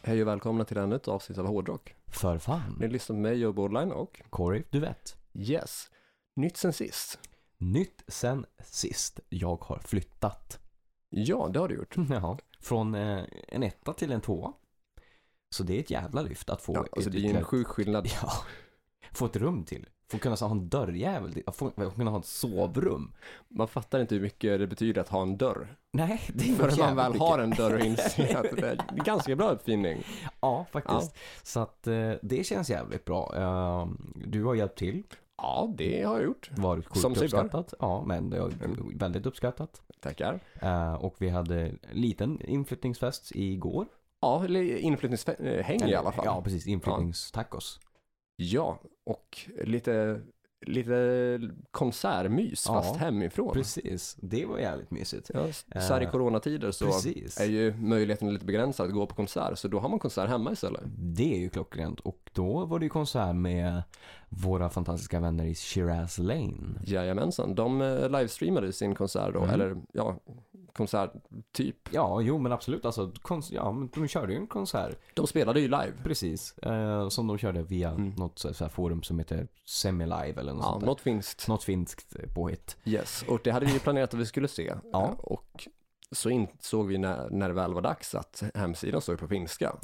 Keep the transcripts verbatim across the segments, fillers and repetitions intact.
Hej och välkomna till ännu ett avsnitt av Hårdrock. För fan. Ni lyssnar på mig och Borderline och Corey, du vet. Yes. Nytt sen sist. Nytt sen sist. Jag har flyttat. Ja, det har du gjort. Jaha. Från eh, en etta till en tvåa. Så det är ett jävla lyft att få Ja, alltså ett, det är en ett, sjuk skillnad. ja, få ett rum till. Få kunna ha en dörrjävel till. Få, få kunna ha ett sovrum. Man fattar inte hur mycket det betyder att ha en dörr. Nej, det är För man väl mycket. har en dörr och inser att det är en ganska bra uppfinning. Ja, faktiskt. Ja. Så att eh, det känns jävligt bra. Uh, du har hjälpt till. Ja, det har jag gjort. Var sjukt Som sig uppskattat. Ja, men det var väldigt uppskattat. Tackar. Uh, och vi hade en liten inflyttningsfest igår. Ja, eller inflyttningshäng i alla fall. Ja, precis. Inflyttningstacos. Ja, och lite, lite konsertmys Ja, fast hemifrån. Precis, det var jävligt mysigt. Ja, så här i coronatider så precis. är ju möjligheten lite begränsad att gå på konsert. Så då har man konsert hemma istället. Det är ju klockrent. Och då var det ju konsert med våra fantastiska vänner i Shiraz Lane. Jajamensan, de eh, livestreamade sin konsert då. Mm. Eller ja, konsert typ. Ja, jo men absolut. Alltså, konst, ja, men de körde ju en konsert. De spelade ju live. Precis, eh, som de körde via Mm. något så här forum som heter Semi-Live eller något Ja, sånt där. något finskt. Något finskt påhitt. Yes, och det hade vi ju planerat att vi skulle se. Ja. Eh, Och så insåg vi när, när det väl var dags att hemsidan stod på finska.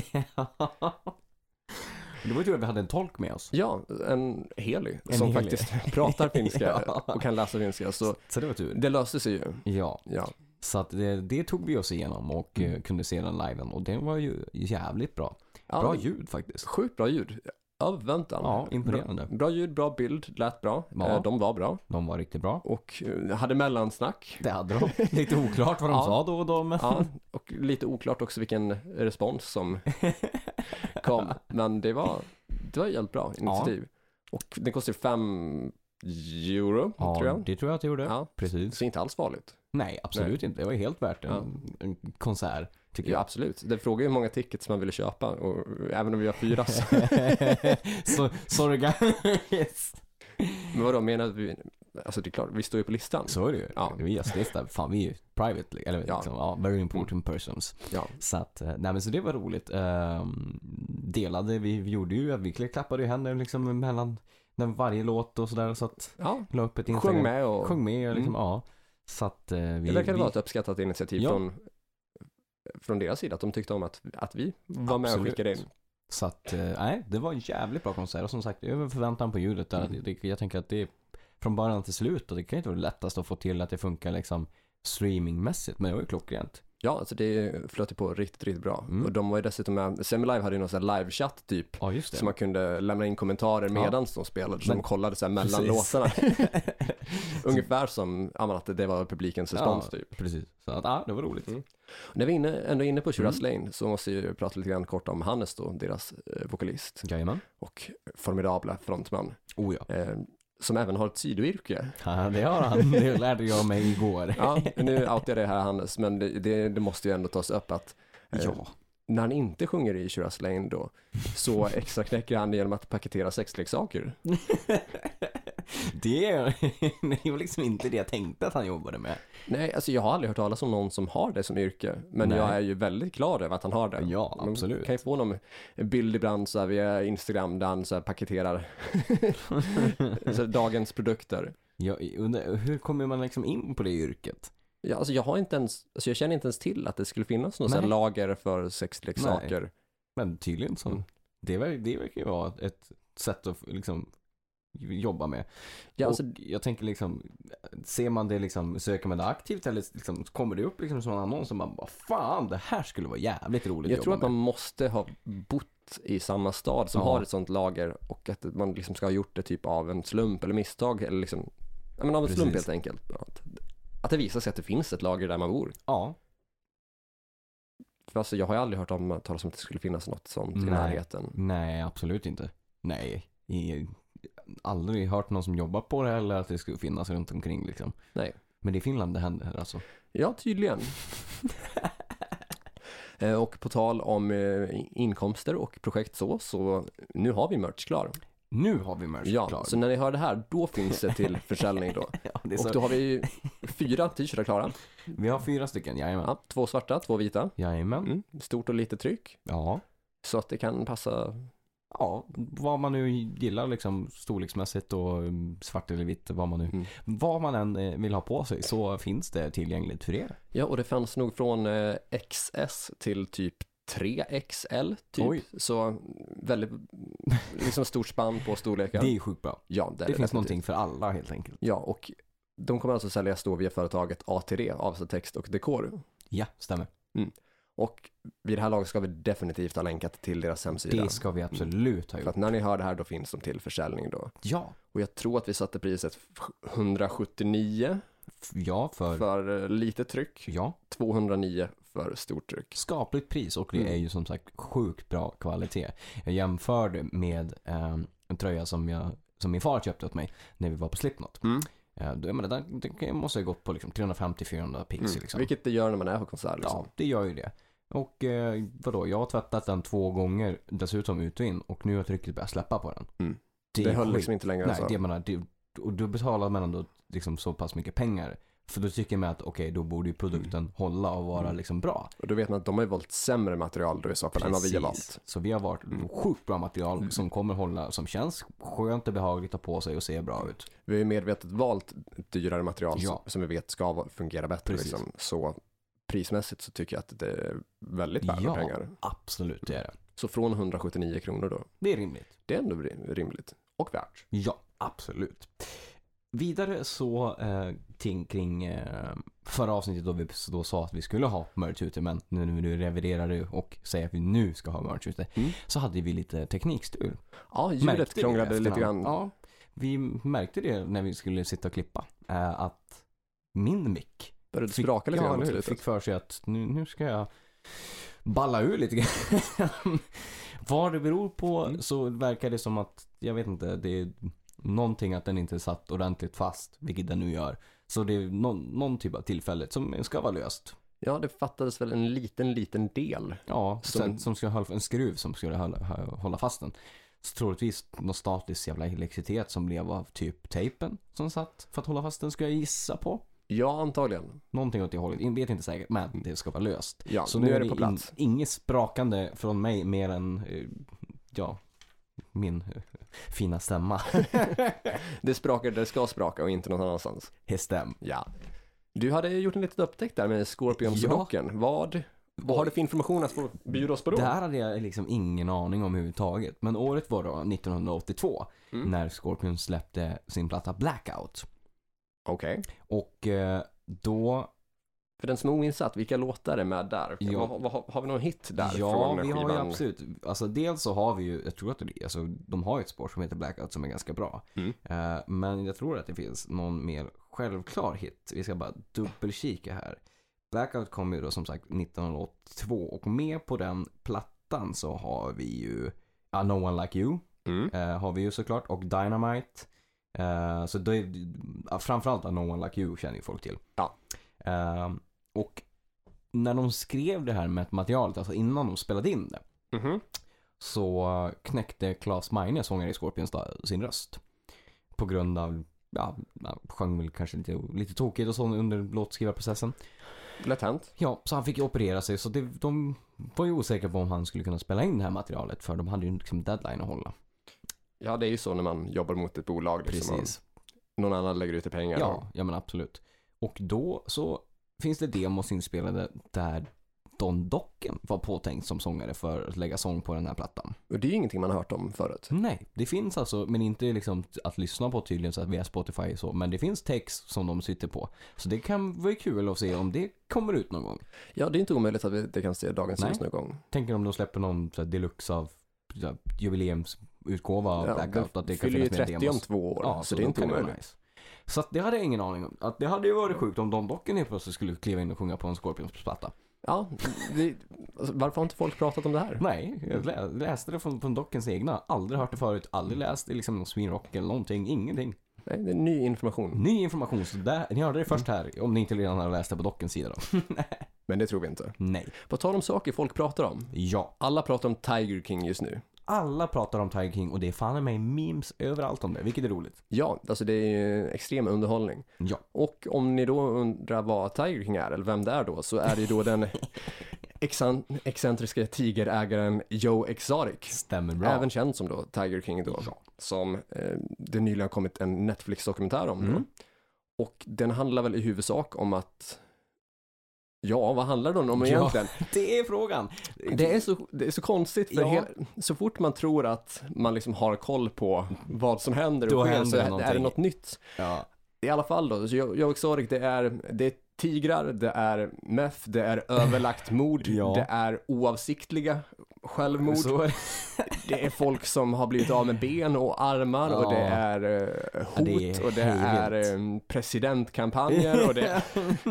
Det var ju tur att vi hade en tolk med oss. Ja, en helig En som helig. faktiskt pratar finska Ja. och kan läsa finska. Så Så det var tur. det löste sig ju. Ja, Ja, så att det, det tog vi oss igenom och Mm. eh, kunde se den liven. Och den var ju jävligt bra. ja Bra ljud faktiskt. Sjukt bra ljud. Över väntan. Ja, imponerande. Bra, bra ljud, bra bild, lät bra. Ja. Eh, De var bra. De var riktigt bra. Och eh, hade mellansnack. Det hade de. Lite oklart vad de Ja. sa då och då. Men... Ja, och lite oklart också vilken respons som kom. Men det var, det var helt bra initiativ. Och det kostar fem euro, Ja, tror jag. det tror jag att det gjorde. Ja, Precis. så inte alls farligt. Nej, absolut inte. Det var helt värt en, Ja. en konsert, tycker Ja, jag. absolut. Det frågar ju hur många tickets man ville köpa. Och även om vi har fyra så. så, sorry guys. Men vadå, menar vi? Alltså det är klart, vi står ju på listan. Så är det ju. Ja. Vi är lista. Fan, vi är ju private, eller Ja. liksom, ja, very important persons. Ja. Så att, eh, nej men så det var roligt. Ehm, delade, vi, vi gjorde ju, vi klappade ju händer liksom mellan när varje låt och sådär, så att Ja, la upp ett Instagram. sjöng med och... Sjöng med, liksom, Mm. ja. Så att eh, vi... Det verkar vi, vara ett uppskattat initiativ Ja. från, från deras sida. Att de tyckte om att, att vi var med och Absolut. skickade in. Så att, eh, nej, det var en jävligt bra konsert. Och som sagt, över förväntan på ljudet där. Mm. Det, jag tänker att det är från början till slut. Och det kan ju inte vara lättast att få till att det funkar liksom streamingmässigt. Men det var ju klockrent. Ja, alltså det flöt ju på riktigt, riktigt bra. Mm. Och de var ju dessutom med, Semi-Live hade ju någon sån här live-chatt typ. Ja, just det. Så man kunde lämna in kommentarer Ja. medan de spelade. Så Men- de kollade så här mellan Precis. låtarna. Ungefär som ja, men att det var publikens respons ja, typ. precis. Så att, ja, det var roligt. Mm. När vi är inne, ändå inne på Shiraz Mm. Lane så måste jag ju prata lite grann kort om Hannes då, deras eh, vokalist Jajamän. och formidabla frontman. Oh ja. Eh, som även har ett sidoyrke. Ja, det har han. Det lärde jag mig igår. Ja, nu outar jag det här Hannes, men det, det, det måste ju ändå tas upp att eh, Ja. när han inte sjunger i Shiraz Lane då så extra knäcker han genom att paketera sexleksaker. Det är det var liksom inte det jag tänkte att han jobbade med. Nej, alltså jag har aldrig hört talas om någon som har det som yrke, men Nej. jag är ju väldigt glad över att han har det. Ja, Man absolut. kan ju få någon bild ibland så här via Instagram där han så här paketerar så här, dagens produkter. Jag undrar, hur kommer man liksom in på det yrket? Ja, alltså jag har inte ens, alltså jag känner inte ens till att det skulle finnas någon så här Nej. lager för sexleksaker. Men tydligen så. Mm. Det, ver- det verkar ju vara ett sätt att liksom jobba med. Ja, och alltså, jag tänker liksom, ser man det liksom, söker man det aktivt eller liksom, kommer det upp liksom som en annons som man bara, fan, det här skulle vara jävligt roligt jag att tror jobba att man med. måste ha bott i samma stad som Ja. har ett sånt lager och att man liksom ska ha gjort det typ av en slump eller misstag eller liksom, ja men av en Precis. slump helt enkelt. Att, att det visar sig att det finns ett lager där man bor. Ja, För alltså jag har ju aldrig hört om talas om att det skulle finnas något sånt i Nej. närheten. nej, absolut inte. Nej, i, aldrig hört någon som jobbar på det eller att det skulle finnas runt omkring liksom. Nej. Men det är Finland det händer alltså. Ja, tydligen. Eh, och på tal om eh, inkomster och projekt så, så nu har vi merch klar. Nu har vi merch Ja, klar. så när ni hör det här, då finns det till försäljning då. Ja, det är Och så. då har vi fyra t-shirtar klara. Vi har fyra stycken, jajamän. Ja, två svarta, två vita. Jajamän. Mm, stort och litet tryck. Ja. Så att det kan passa. Ja, vad man nu gillar liksom storleksmässigt och um, svart eller vitt, vad man nu Mm. vad man än eh, vill ha på sig, så finns det tillgängligt för er. Ja, och det fanns nog från eh, X S till typ tre X L typ. Oj. Så väldigt liksom stort spann på storlekar. Det är sjukt bra. Ja, det, Det, är finns definitivt. någonting för alla helt enkelt. Ja, och de kommer alltså säljas då via företaget A T D, Avesta Text och Dekor. Ja, stämmer. Och vid det här laget ska vi definitivt ha länkat till deras hemsida. Det ska vi absolut ha För gjort. att när ni hör det här, då finns de till försäljning då. Ja, Och jag tror att vi satte priset hundrasjuttionio f- ja för, för eh, lite tryck, ja, tvåhundranio för stort tryck. skapligt pris och det Mm. är ju som sagt sjukt bra kvalitet. Jag jämförde med eh, en tröja som jag som min far köpte åt mig när vi var på Slipknot. Mm. Eh, då, jag menar, den, den måste ha gått på liksom trehundrafemtio till fyrahundra pix Mm. liksom. Vilket det gör när man är på konsert liksom. Ja, det gör ju det. Och eh, vadå, jag har tvättat den två gånger dessutom ut och in och nu har trycket börjat släppa på den. Mm. Det, Det är höll skit. liksom inte längre. Nej, alltså. det menar, det, och du betalar man ändå liksom så pass mycket pengar. För då tycker man att okej, då borde ju produkten hålla och vara Mm. liksom bra. Och då vet man att de har ju valt sämre material då i så fall än vad vi har valt. Så vi har varit Mm. sjukt bra material Mm. som kommer hålla, som känns skönt och behagligt att ha på sig och se bra ut. Vi har ju medvetet valt dyrare material Ja. som, som vi vet ska va- fungera bättre. Precis. Liksom. Så prismässigt så tycker jag att det är väldigt värt Ja. pengar. Absolut, det är det. Så från hundrasjuttionio kronor då. Det är rimligt. Det är ändå rim- rimligt. Och värt. Ja, absolut. Vidare så eh, ting kring eh, förra avsnittet då vi då sa att vi skulle ha merch ute, men nu när vi nu reviderar det och säger att vi nu ska ha merch ute, Mm. så hade vi lite teknikstul. Ja, ljudet Märkte vi krånglade det lite efterhand? grann. Ja, vi märkte det när vi skulle sitta och klippa, eh, att min mick Började fick, spraka lite ja, grann mot eller hur? slutet. fick för sig att nu, nu ska jag balla ur lite grann. Vad det beror på Mm. så verkar det som att, jag vet inte, det är någonting att den inte satt ordentligt fast, vilket den nu gör. Så det är någon, någon typ av tillfället som ska vara löst. Ja, det fattades väl en liten, liten del. Ja, Som- som, som ska hålla, en skruv som skulle hålla, hålla fast den. Så troligtvis någon statisk jävla elektricitet som blev av typ tejpen som satt för att hålla fast den, ska jag gissa på. Ja, antagligen. Någonting åt det hållet, jag vet inte säkert, men det ska vara löst. Ja, Så nu nu är det på plats. In, inget sprakande från mig mer än, eh, ja, min eh, fina stämma. Det sprakar där det ska spraka och inte någon annanstans. Hästem. Ja. Du hade gjort en liten upptäckt där med Scorpions Ja. och docken. Vad, vad har du för information att få bjuda oss på då? Det här hade jag liksom ingen aning om överhuvudtaget. Men året var då nittonhundraåttiotvå Mm. när Scorpions släppte sin platta Blackout. Okej. Och eh, då, För den som är oinsatt, vilka låtar är med där? Ja. Vad, vad, har- har vi någon hit där ja från vi har ju skivan? absolut, alltså dels så har vi ju, jag tror att det, alltså, de har ju ett spår som heter Blackout som är ganska bra. Mm. Eh, men jag tror att det finns någon mer självklar hit. Vi ska bara dubbelkika här. Blackout kom ju då som sagt nittonhundraåttiotvå och med på den plattan så har vi ju uh, No One Like You Mm. eh, har vi ju såklart och Dynamite. Eh, så det är, ja, framförallt No One Like You känner ju folk till. Ja. Eh, och när de skrev det här med materialet, alltså innan de spelade in det, Mhm. så knäckte Claes Meine, sångare i Scorpions, då, sin röst. På grund av, ja, han sjöng väl kanske lite, lite tokigt och så under låtskrivarprocessen. Lätt hänt. Ja, så han fick ju operera sig, så det, de var ju osäkra på om han skulle kunna spela in det här materialet, för de hade ju liksom deadline att hålla. Ja, det är ju så när man jobbar mot ett bolag. Liksom, Precis. och någon annan lägger ut i pengar. Ja, ja men absolut. Och då så finns det demos inspelade där Don Dokken var påtänkt som sångare för att lägga sång på den här plattan. Och det är ju ingenting man har hört om förut. Nej, det finns alltså, men inte liksom att lyssna på tydligen så att via Spotify och så, men det finns text som de sitter på. Så det kan vara kul att se om det kommer ut någon gång. Ja, det är inte omöjligt att vi, det kan se dagens Nej. ljus någon gång. Tänker om de släpper någon så här deluxe av så här, jubileumsutgåva av Ja, Blackout, att det det kan fyller ju finnas mer trettio om demos. två år, Ja, så det är inte kan vara omöjligt. nice. Så att det hade jag ingen aning om. Att det hade ju varit sjukt om Don Dokken helt plötsligt skulle kliva in och sjunga på en Scorpions-platta. Ja, det, alltså, varför har inte folk pratat om det här? Nej, jag lä- läste det från, från Dockens egna. Aldrig hört det förut, aldrig läst det liksom någon Swinrock eller någonting, ingenting. Nej, det är ny information. Ny information, så där, ni hörde det först här, om ni inte redan har läst det på Dockens sida då. Men det tror vi inte. Nej. På tal om saker folk pratar om. Ja. Alla pratar om Tiger King just nu. alla pratar om Tiger King och det är fan med memes överallt om det, vilket är roligt. Ja, alltså det är ju extrem underhållning. Ja. Och om ni då undrar vad Tiger King är, eller vem det är då, så är det ju då den exan- excentriska tigerägaren Joe Exotic. Stämmer bra. Även känd som då Tiger King då. Ja. Som eh, det nyligen har kommit en Netflix-dokumentär om Mm. då. Och den handlar väl i huvudsak om att ja, vad handlar den om Ja, egentligen? Det är frågan. Det är så, det är så konstigt för Ja. hel, så fort man tror att man liksom har koll på vad som händer Då och sker, händer så det är, är det någonting. något nytt. Ja. I alla fall då, så Joe Exotic, det är, det är tigrar, det är meth, det är överlagt mord, Ja. det är oavsiktliga självmord, Så, det är folk som har blivit av med ben och armar och Ja. det är eh, hot Ja, det är och det är hejvilt. eh, presidentkampanjer och det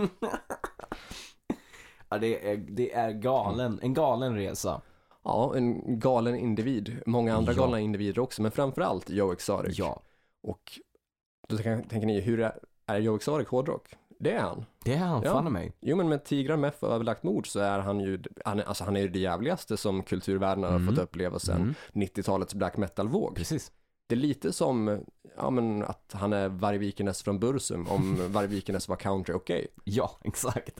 ja, det är, det är galen, en galen resa. ja, en galen individ. Många andra Ja. galna individer också, men framförallt Joe Exotic. Ja, Och då kan- tänker ni, hur är, är Joe Exotic hårdrock? Det är han. det är han Ja. fan i mig. Jo, men med tigrar, meth och överlagt mord så är han ju, han, är- alltså han är ju det jävligaste som kulturvärlden har Mm. fått uppleva sedan Mm. nittiotalets black metal-våg. Precis. Det är lite som, ja men att han är Vargvikernes från Bursum, om Vargvikernes var country okej. Ja, exakt.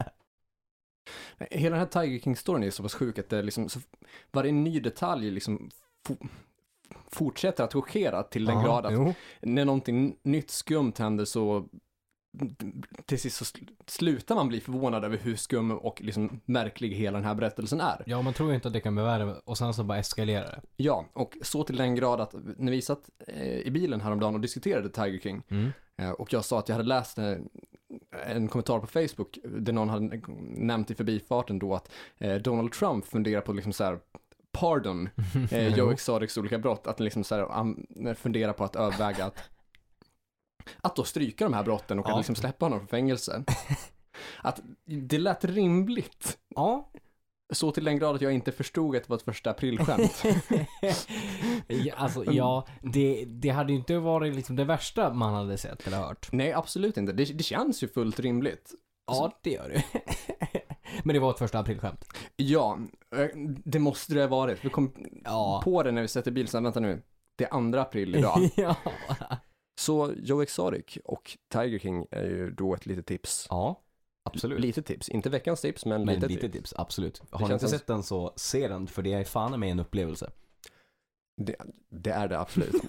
Hela den här Tiger King-storyn är så pass sjuk att det är liksom, så, varje ny detalj liksom fo- fortsätter att chockera till den Ja, grad att jo. när någonting nytt skumt händer så till sist så sl- slutar man bli förvånad över hur skum och liksom märklig hela den här berättelsen är. Ja, man tror ju inte att det kan bli värre och sen så bara eskalerar det. Ja, och så till den grad att när vi satt eh, i bilen häromdagen och diskuterade Tiger King Mm. eh, och jag sa att jag hade läst eh, en kommentar på Facebook där någon hade nämnt i förbifarten då att eh, Donald Trump funderar på liksom så här pardon eh, Joe Exotics olika brott, att liksom så här an, fundera på att överväga att att då stryka de här brotten och Ja. att liksom släppa honom från fängelse. Att det lät rimligt. Ja. Så till den grad att jag inte förstod att det var ett första aprilskämt. Ja, alltså, ja, det, det hade ju inte varit liksom det värsta man hade sett eller hört. Nej, absolut inte. Det, det känns ju fullt rimligt. Ja, det gör det. Men det var ett första aprilskämt. Ja, eh, det måste det ha varit. Vi kom Ja. på det när vi sätter bilen. Vänta nu, det är andra april idag. Ja. Så Joe Exotic och Tiger King är ju då ett litet tips. Ja, absolut. Lite tips, inte veckans tips, men, Men lite, lite tips. tips, absolut. Har känns du inte som- sett den så se den, för det är fan med en upplevelse. Det, det är det absolut.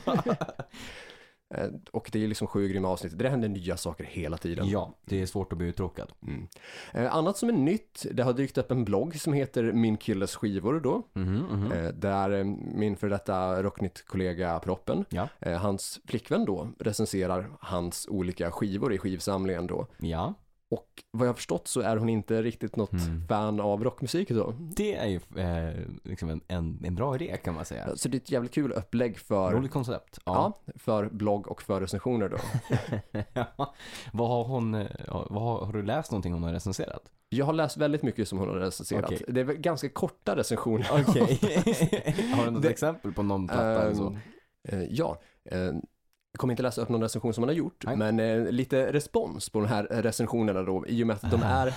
Eh, och det är liksom sju grymma avsnitt. Det händer nya saker hela tiden. Ja, det är svårt att bli uttråkad. Mm. Eh, annat som är nytt, det har dykt upp en blogg som heter Min killes skivor då. Mhm, mhm. Eh, där eh, min för detta Rocknytt-kollega Proppen, Ja. eh, hans flickvän då, recenserar hans olika skivor i skivsamlingen då. Ja, Och vad jag har förstått så är hon inte riktigt något Mm. fan av rockmusik då. det är ju eh, liksom en, en, en bra idé kan man säga. Så det är ett jävligt kul upplägg för, Roligt koncept. ja, för blogg och för recensioner då. Ja. Vad har hon, eh, ja, vad har, har du läst någonting hon har recenserat? Jag har läst väldigt mycket som hon har recenserat. Okej. Det är väl ganska korta recensioner. Okej. Har du något Det- exempel på någon platta eller så? Eh, eh, ja, eh, jag kommer inte läsa upp någon recension som man har gjort, Nej. men eh, lite respons på de här recensionerna då, i och med att de är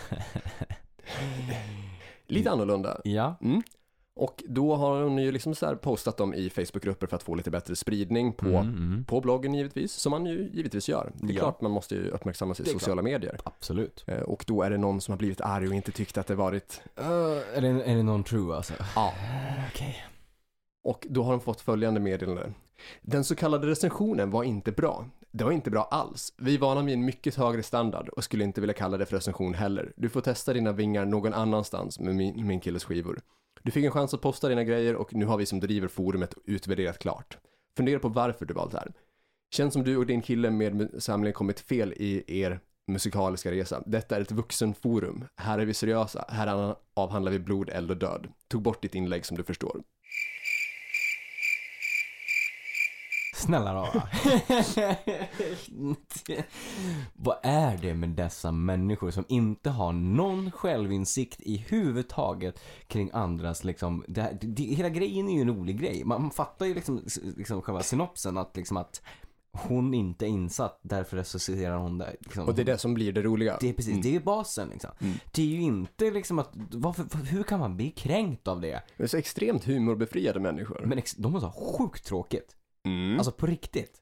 lite annorlunda. Ja. Mm. Och då har hon ju liksom så här postat dem i Facebookgrupper för att få lite bättre spridning på, Mm, mm. på bloggen givetvis, som man ju givetvis gör. Det är Ja. klart man måste ju uppmärksamma sig i Det är sociala medier. Absolut. Eh, och då är det någon som har blivit arg och inte tyckt att det varit, Uh, är, det, är det någon true alltså? ja. Okej. Och då har de fått följande meddelande. Den så kallade recensionen var inte bra. Det var inte bra alls. Vi är vana vid en mycket högre standard och skulle inte vilja kalla det för recension heller. Du får testa dina vingar någon annanstans med min, min killes skivor. Du fick en chans att posta dina grejer och nu har vi som driver forumet utvärderat klart. Fundera på varför du valt det här. Känns som du och din kille med samlingen kommit fel i er musikaliska resa. Detta är ett vuxenforum. Här är vi seriösa. Här avhandlar vi blod, eld och död. Tog bort ditt inlägg som du förstår. Snälla rara. Vad är det med dessa människor som inte har någon självinsikt i huvudtaget kring andras liksom, det, här- det, hela grejen är ju en rolig grej. Man, man fattar ju liksom, liksom själva synopsen att liksom att hon inte är insatt, därför recenserar hon det. Liksom. Och det är det som blir det roliga. Det är precis, mm. det är basen liksom. Mm. Det är ju inte liksom att, varför, hur kan man bli kränkt av det? Det är så extremt humorbefriade människor. Men ex- de har så sjukt tråkigt. Mm. Alltså på riktigt.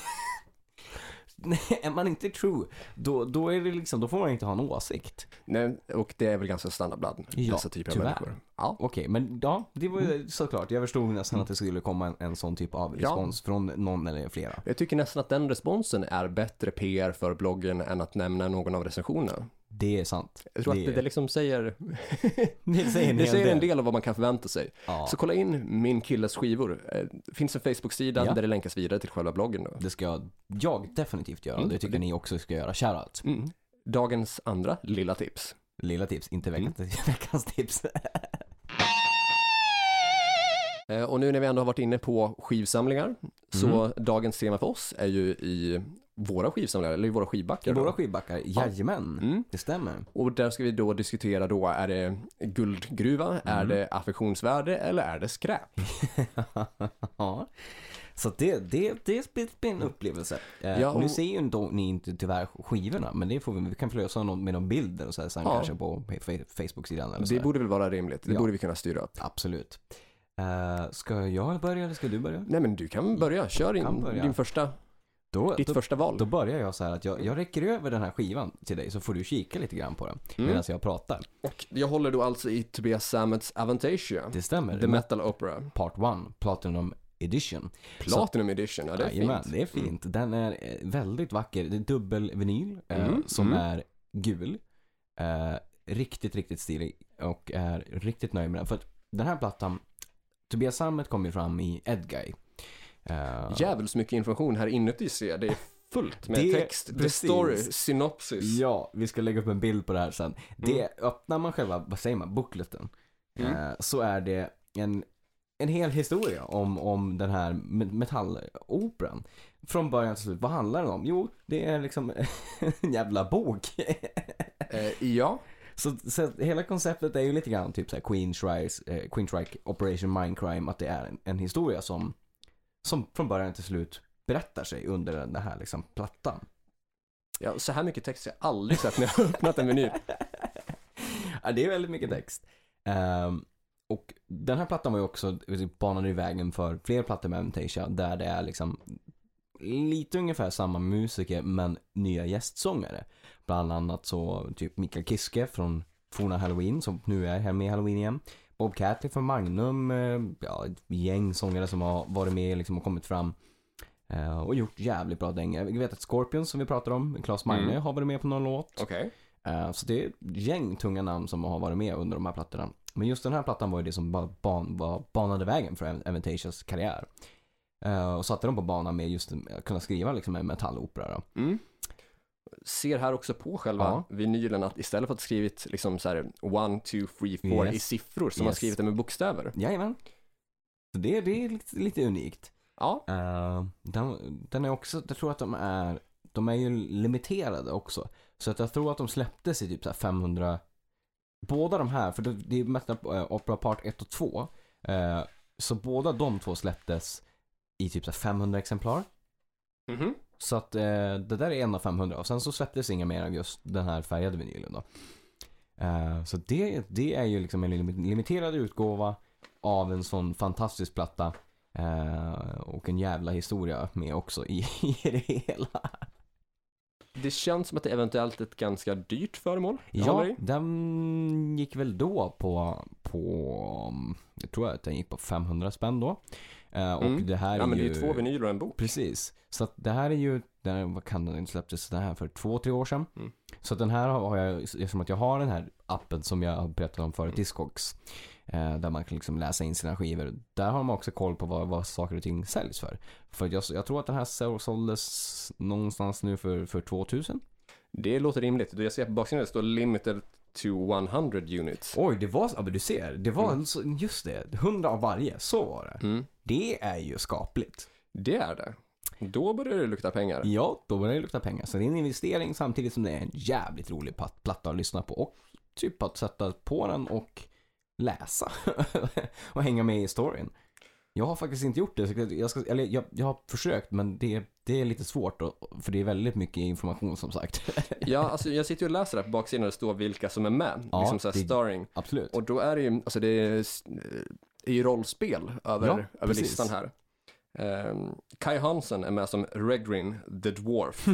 Är man inte true, då, då är det liksom, då får man inte ha en åsikt. Nej, och det är väl ganska standard bland ja, dessa typer tyvärr. av människor. Ja. Okej, okay, men ja, det var ju såklart. Jag förstod nästan att det skulle komma en, en sån typ av respons ja. från någon eller flera. Jag tycker nästan att den responsen är bättre P R för bloggen än att nämna någon av recensionerna. Det är sant. Jag tror det att det, det liksom säger det säger en, det säger en del. del av vad man kan förvänta sig. Ja. Så kolla in min killes skivor. Det finns en Facebook-sida ja. där det länkas vidare till själva bloggen då. Det ska jag definitivt göra. Mm. Det tycker det... ni också ska göra. Shoutout. Mm. Dagens andra lilla tips. Lilla tips, inte veckans, mm. veckans tips. Och nu när vi ändå har varit inne på skivsamlingar mm. så dagens tema för oss är ju i våra skivsamlingar, eller i våra skivbackar. I våra skivbackar, jajamän, ja. mm. det stämmer. Och där ska vi då diskutera då, är det guldgruva, mm. är det affektionsvärde eller är det skräp? Ja, så det, det, det är en upplevelse. Ja, och... Nu ser ju inte, ni inte tyvärr skivorna, men det får vi, vi kan förlösa någon, med någon bilder och så här, sen ja. kanske på Facebook-sidan. Eller så det borde väl vara rimligt, det ja. borde vi kunna styra upp. Absolut. Uh, ska jag börja eller ska du börja? Nej, men du kan börja, kör in börja. din första Då, Ditt då, första val. Då börjar jag så här att jag, jag räcker över den här skivan till dig så får du kika lite grann på den mm. medan jag pratar. Och jag håller då alltså i Tobias Sammets Avantasia. Det stämmer. The Metal Opera. Part ett, Platinum Edition. Platinum så, Edition, ja det är ja, fint. Men, det är fint. Den är väldigt vacker. Det är dubbel vinyl mm. eh, som mm. är gul. Eh, riktigt, riktigt stilig och är riktigt nöjd med den. För att den här plattan, Tobias Sammet kom ju fram i Edguy. Uh, Jävligt mycket information här inuti ser. Det är fullt med det, text, the story, synopsis. Ja, vi ska lägga upp en bild på det här sen. Mm. Det öppnar man själva, vad säger man, bookleten. Mm. Uh, så är det en, en hel historia om, om den här metalloperan. Från början till slut, vad handlar den om? Jo, det är liksom en jävla bok. uh, ja. Så, så hela konceptet är ju lite grann typ så här Queen Strike, eh, Queen Strike Operation Mindcrime, att det är en, en historia som som från början till slut berättar sig under den här liksom plattan. Ja, så här mycket text har jag aldrig sett när jag har öppnat en meny. Ja, det är väldigt mycket text. Um, och den här plattan var ju också banade i vägen för fler plattor med Avantasia där det är liksom lite ungefär samma musiker men nya gästsångare. Bland annat så typ Mikael Kiske från forna Halloween som nu är här med Halloween igen. Bob Catley från Magnum, ja, ett gäng sångare som har varit med liksom och kommit fram eh, och gjort jävligt bra dängor. Vi vet att Scorpions som vi pratar om, Claes Magne mm. har varit med på någon låt. Okay. Eh, så det är ett gäng tunga namn som har varit med under de här plattorna. Men just den här plattan var ju det som bara ban, var banade vägen för Avantasias karriär. Eh, och satte dem på banan med just att kunna skriva liksom en metallopera då. Mm. Ser här också på själva ja. vinylen att istället för att skrivit liksom så här one, two, three, four yes. i siffror som yes. har skrivit det med bokstäver. Jajamän. Så det, det är lite, lite unikt. Ja. Uh, den, den är också, jag tror att de är de är ju limiterade också. Så att jag tror att de släpptes i typ så här femhundra båda de här, för det, det är Metal Opera Part ett och två. Uh, så båda de två släpptes i typ så här femhundra exemplar. Mhm. Så att eh, det där är en av femhundra. Och sen så släpptes inga mer av just den här färgade vinylen då. Eh, så det, det är ju liksom en limiterad utgåva av en sån fantastisk platta. Eh, och en jävla historia med också i, i det hela. Det känns som att det är eventuellt ett ganska dyrt föremål. Ja, den gick väl då på, på jag tror att den gick på femhundra spänn då. Uh, och mm. det här ja, är men ju... det är ju två vinyler och en bok. Precis. Så att det här är ju, den, vad kan den släpptes den här för två, tre år sedan. Mm. Så att den här har jag, eftersom att jag har den här appen som jag har berättat om förut, mm. Discogs. Eh, där man kan liksom läsa in sina skivor. Där har man också koll på vad, vad saker och ting säljs för. För jag, jag tror att den här såldes någonstans nu för, för tvåtusen. Det låter rimligt. Jag ser på baksidan det står limited to hundra units. Oj, det var, ja, men du ser, det var mm. så, just det, hundra av varje, så var det. Mm. Det är ju skapligt. Det är det. Då börjar det lukta pengar. Ja, då börjar det lukta pengar. Så det är en investering samtidigt som det är en jävligt rolig platta att lyssna på. Och typ att sätta på den och läsa och hänga med i storyn. Jag har faktiskt inte gjort det. Så jag, ska, eller jag, jag har försökt, men det, det är lite svårt då, för det är väldigt mycket information som sagt. Ja, alltså jag sitter ju och läser där på baksidan där det står vilka som är med. Ja, liksom så här det- starring. Absolut. Och då är det ju, alltså det är, är ju rollspel över, Ja, över precis. listan här. Um, Kai Hansen är med som Regrin the Dwarf.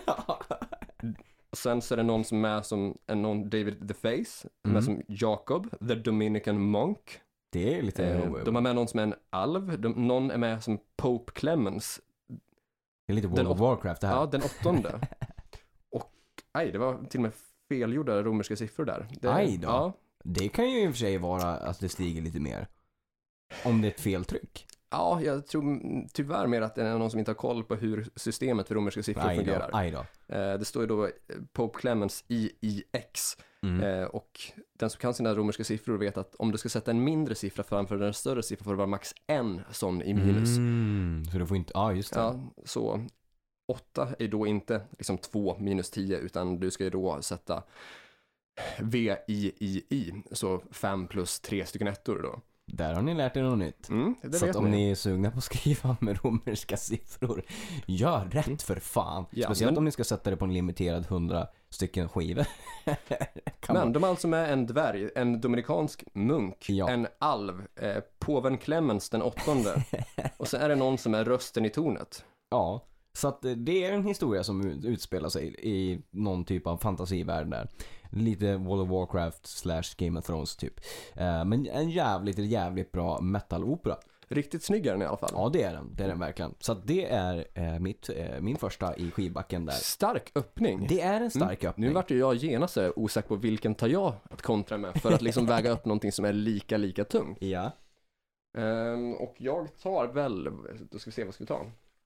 Och sen så är det någon som är med som är någon David the Face, Mm. med som Jacob the Dominican Monk. Det är lite... Eh, de har med någon som är en alv, de, någon är med som Pope Clemens. det är lite World den of åt- Warcraft det här. Ja, den åttonde. Och, aj, det var till och med felgjorda romerska siffror där. Det, Aj då. Ja, Det kan ju i och för sig vara att det stiger lite mer. Om det är ett feltryck. ja, jag tror mm, tyvärr mer att det är någon som inte har koll på hur systemet för romerska siffror Aj då. fungerar. Aj då. Eh, det står ju då eh, Pope Clemens I I X. Mm. Eh, och den som kan sina romerska siffror vet att om du ska sätta en mindre siffra framför en större siffra får det vara max en sån i minus. Mm. Så du får inte... Ja, just det. Ja, så åtta är då inte liksom två minus tio utan du ska ju då sätta V I I I, så fem plus tre stycken ettor då. Där har ni lärt er något nytt. Mm, det Så vet att om ni. ni är sugna på att skriva med romerska siffror, gör rätt Mm. för fan. Ja, Speciellt men- om ni ska sätta det på en limiterad hundra stycken skivor. Kan Men man- de är alltså med en dvärg, en dominikansk munk, Ja. en alv, eh, påven Clemens den åttonde och sen är det någon som är rösten i tornet. Ja, så att eh, det är en historia som ut- utspelar sig i någon typ av fantasivärld där. Lite World of Warcraft slash Game of Thrones typ. Eh, men en jävligt, jävligt bra metalopera. Riktigt snygg är den i alla fall. Ja, det är den. Det är den verkligen. Så att det är eh, mitt, eh, min första i skivbacken där. Stark öppning. Det är en stark öppning. Nu vart ju jag genast så här osäker på vilken tar jag att kontra med för att liksom väga upp någonting som är lika, lika tungt. Ja. Ehm, och jag tar väl, då ska vi se vad ska vi ta.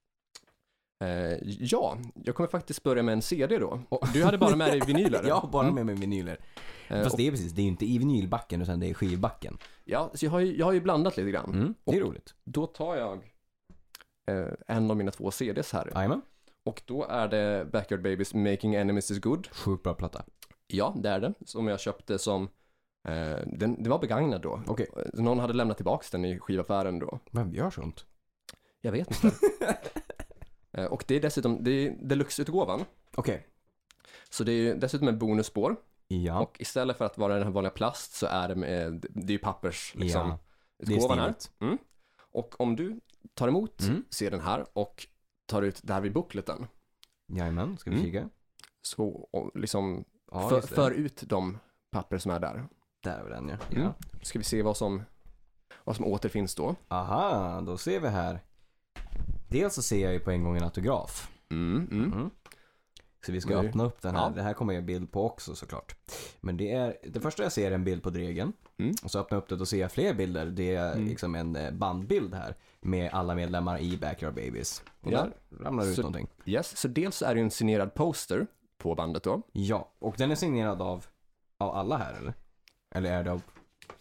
Eh, ja, jag kommer faktiskt börja med en C D då. Du hade bara med dig vinyler. Jag har bara Mm. med mig vinyler. Eh, Fast och, det är precis, det är ju inte i vinylbacken utan det är i skivbacken. ja, så jag har, ju, jag har ju blandat lite grann. Mm, det är roligt. Då tar jag eh, en av mina två C Ds här. Jajamän. Och då är det Backyard Babies Making Enemies is Good. Sjukt bra platta. Ja, det är det. Som jag köpte som, eh, den, det var begagnad då. Okej. Någon hade lämnat tillbaka den i skivaffären då. Vem gör sånt? Jag vet inte. eh, och det är dessutom, det är deluxe-utgåvan. Okej. Så det är dessutom en bonusspår. Ja. Och istället för att vara den här vanliga plast så är det med, det är ju pappers liksom. Ja, det är Utgåvan här. stiligt. Mm. Och om du tar emot, Mm. ser den här och tar ut det här vid bookleten. Jajamän, ska vi Mm. kika? Så och liksom Ja, för, just det. för ut de papper som är där. Där är den ja. Mm. ja. Ska vi se vad som, vad som återfinns då. Aha, då ser vi här. Dels så ser jag ju på en gång en autograf. Mm, mm. Mm. Så vi ska Nu. öppna upp den här. Ja. Det här kommer jag bild på också såklart. Men det är, det första jag ser är en bild på Dregen. Mm. Och så öppnar jag upp det och ser jag fler bilder. Det är Mm. liksom en eh, bandbild här. Med alla medlemmar i Backyard Babies. Och Ja. där ramlar det ut Så- någonting. Yes, så dels är det ju en signerad poster på bandet då. Ja, och den är signerad av, av alla här eller? Eller är det av...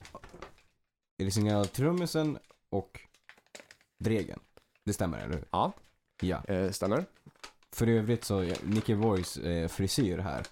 Är det signerad av trummisen och Dregen? Det stämmer, eller hur? Ja, Ja. eh, stämmer. För övrigt så, ja, Nicky Roys eh, frisyr här.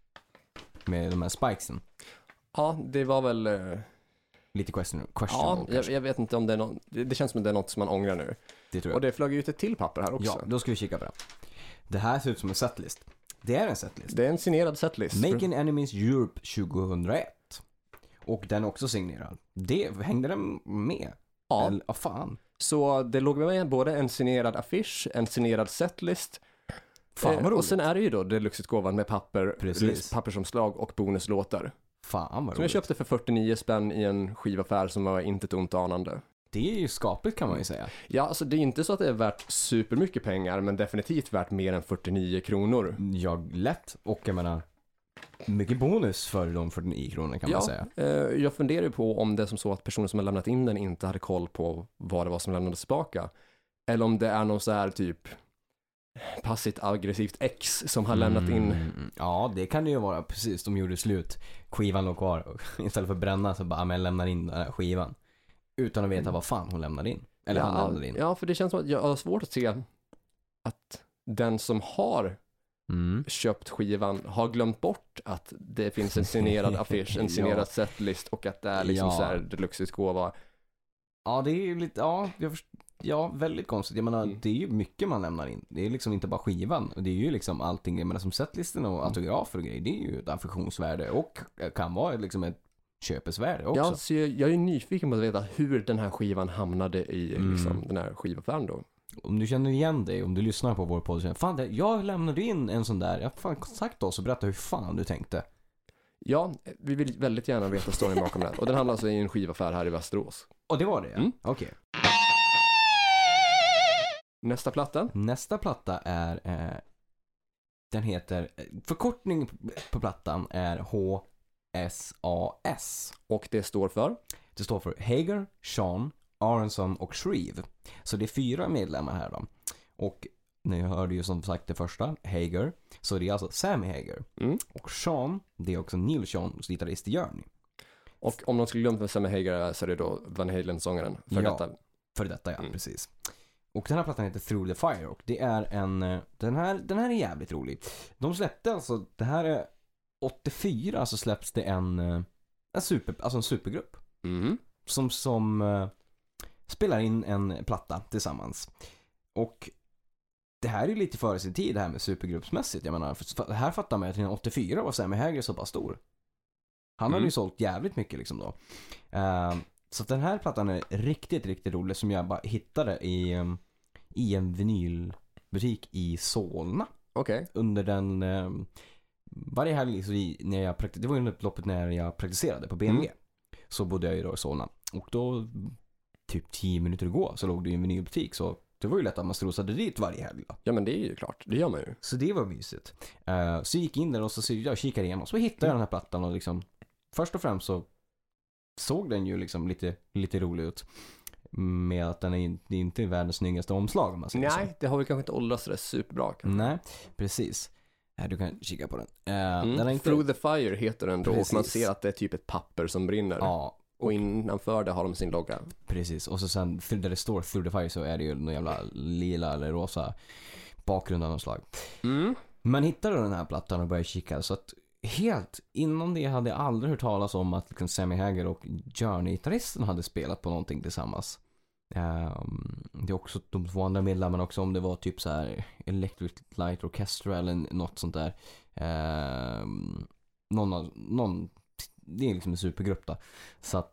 Med de här spikesen. Ja, det var väl, eh, Lite question, ja, questionable jag, kanske. jag vet inte om det är något, det, det känns som att det är något som man ångrar nu. Det tror jag. Och det flög ut ett till papper här också. Ja, då ska vi kika på det. Det här ser ut som en setlist. Det är en setlist. Det är en signerad setlist. Making Enemies Europe tjugohundraett. Och den är också signerad. Det, hängde den med? Ja, Eller, ja, fan. så det låg med både en signerad affisch, en signerad setlist. Fan eh, vad roligt. och sen är det ju då deluxe-utgåvan med papper, Precis. pappersomslag och bonuslåtar. Fan vad Som jag roligt. köpte för fyrtionio spänn i en skivaffär som var inte ett ont anande. Det är ju skapligt kan man ju säga. Ja, alltså det är inte så att det är värt supermycket pengar, men definitivt värt mer än fyrtionio kronor. Jag lätt. Och jag menar, mycket bonus för de fyrtionio kronor kan man Ja, säga. eh, jag funderar ju på om det är som så att personen som har lämnat in den inte hade koll på vad det var som lämnades tillbaka. Eller om det är någon så här typ passivt aggressivt ex som har lämnat in. Mm, ja, det kan det ju vara. Precis, de gjorde slut. Skivan låg kvar. Och istället för att bränna så bara, "Ah, men jag lämnar in den här skivan. Utan att veta vad fan hon lämnade in. Eller han ja, lämnade in. ja, för det känns som att jag har svårt att se att den som har Mm. köpt skivan har glömt bort att det finns en signerad affisch, en signerad Ja. setlist och att det är liksom Ja. så här deluxe-utgåva. Ja, det är ju lite, ja, jag först, ja, väldigt konstigt. Jag menar, Mm. det är ju mycket man lämnar in. Det är liksom inte bara skivan. Det är ju liksom allting, jag menar, som setlistan och autografer och grejer. Det är ju ett affektionsvärde och kan vara liksom ett köpesvärde också. Ja, så jag, jag är nyfiken på att veta hur den här skivan hamnade i Mm. liksom, den här skivaffären då. Om du känner igen dig, om du lyssnar på vår podd och känner, fan, det, jag lämnade in en sån där. Jag fan kontakt oss och berätta hur fan du tänkte. Ja, vi vill väldigt gärna veta storyn bakom det här. Och den handlar alltså i en skivaffär här i Västerås. Och det var det, ja. Mm. Okej. Nästa platta. Nästa platta är, eh, den heter, förkortning på plattan är H S A S. Och det står för? Det står för Hager, Sean, Aronson och Shreve. Så det är fyra medlemmar här då. Och ni hörde ju som sagt det första, Hager. Så det är alltså Sammy Hager. Mm. Och Sean, det är också Neil Sean, gitarrist i Journey. Och om någon skulle glömt vem Sammy Hagar är så är det då Van Halen-sångaren. För Ja. detta. För detta, ja, Mm. precis. Och den här plattan heter Through the Fire och det är en, eh, den här, den här är jävligt rolig. De släppte alltså, det här är åttiofyra så släpps det en, eh, en super, alltså en supergrupp. Mm. Som, som uh, spelar in en platta tillsammans. Och det här är ju lite före sin tid det här med supergruppsmässigt. Jag menar, för, för, här fattar man att redan åttiofyra var Sammy Hagar så pass stor. Han Mm. hade ju sålt jävligt mycket liksom då. Uh, så den här plattan är riktigt, riktigt rolig som jag bara hittade i, um, i en vinylbutik i Solna. Okej. Under den, um, varje helg så i, när jag praktiserade, det var ju under loppet när jag praktiserade på B M G. Mm. Så bodde jag ju då i Solna. Och då, typ tio minuter att gå, så låg det ju en vinylbutik. Så det var ju lätt att man strosade dit varje helg då. Ja, men det är ju klart. Det gör man ju. Så det var mysigt. Uh, så jag gick in där och så, så jag kikade igenom. Så hittade jag den här plattan och liksom, först och främst så såg den ju liksom lite, lite rolig ut. Med att den är, det är inte världens snyggaste omslag om man säger så. Nej, det har vi kanske inte åldrats det superbra. kanske. Nej, precis. Uh, du kan kika på den. Uh, Mm. den är inte... Through the Fire heter den då. Precis. Och man ser att det är typ ett papper som brinner. Ja, Och innanför det har de sin logga. precis. Och så sen där det står Through the Fire så är det ju någon jävla lila eller rosa bakgrund av något slag. Mm. Men hittade den här plattan och började kika så att helt innan det hade jag aldrig hört talas om att liksom Sammy Hagar och Journey-gitarristen hade spelat på någonting tillsammans. Um, det är också de två andra medlemmarna också, om det var typ så här Electric Light Orchestra eller något sånt där. Um, någon, av- någon, det är liksom en supergrupp då. Så att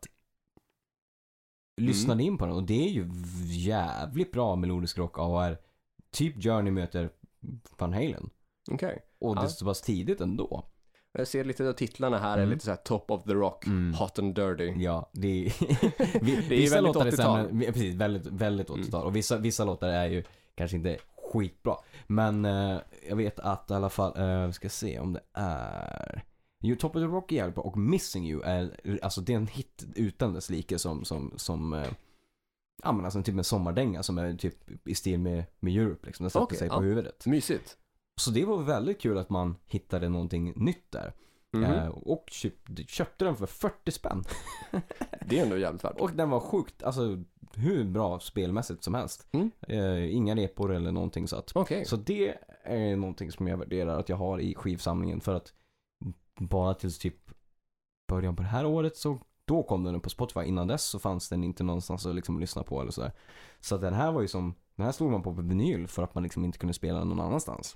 lyssnade in på den och det är ju jävligt bra melodisk rock A R. Typ Journey möter Van Halen. Okej. Och det Ja. är så pass tidigt ändå. Jag ser lite av titlarna här Mm. är lite så här Top of the Rock, Mm. Hot and Dirty. Ja, det är, vi, Det är vissa väldigt låtar är åttiotal. sämre, vi- precis, väldigt, väldigt Mm. åttiotal. Och vissa, vissa låtar är ju kanske inte skitbra. Men eh, jag vet att i alla fall, eh, vi ska se om det är... Jo, Top of the Rock är jävligt bra. Och Missing You är, alltså det är en hit utan dess like som, som, som eh, ja men alltså typ en sommardänga som är typ i stil med, med Europe liksom. Den sätter Okej, sig på ja. huvudet. Mysigt. Så det var väldigt kul att man hittade någonting nytt där. Mhm. Eh, och köp, köpte den för fyrtio spänn. Det är ändå jävligt värt. Och den var sjukt, alltså hur bra spelmässigt som helst. Mm. Eh, inga repor eller någonting så att. Okej. Så det är någonting som jag värderar att jag har i skivsamlingen för att bara tills typ början på det här året så då kom den upp på Spotify. Innan dess så fanns den inte någonstans att liksom lyssna på eller sådär. Så att den här var ju som, den här slog man på på vinyl för att man liksom inte kunde spela den någon annanstans.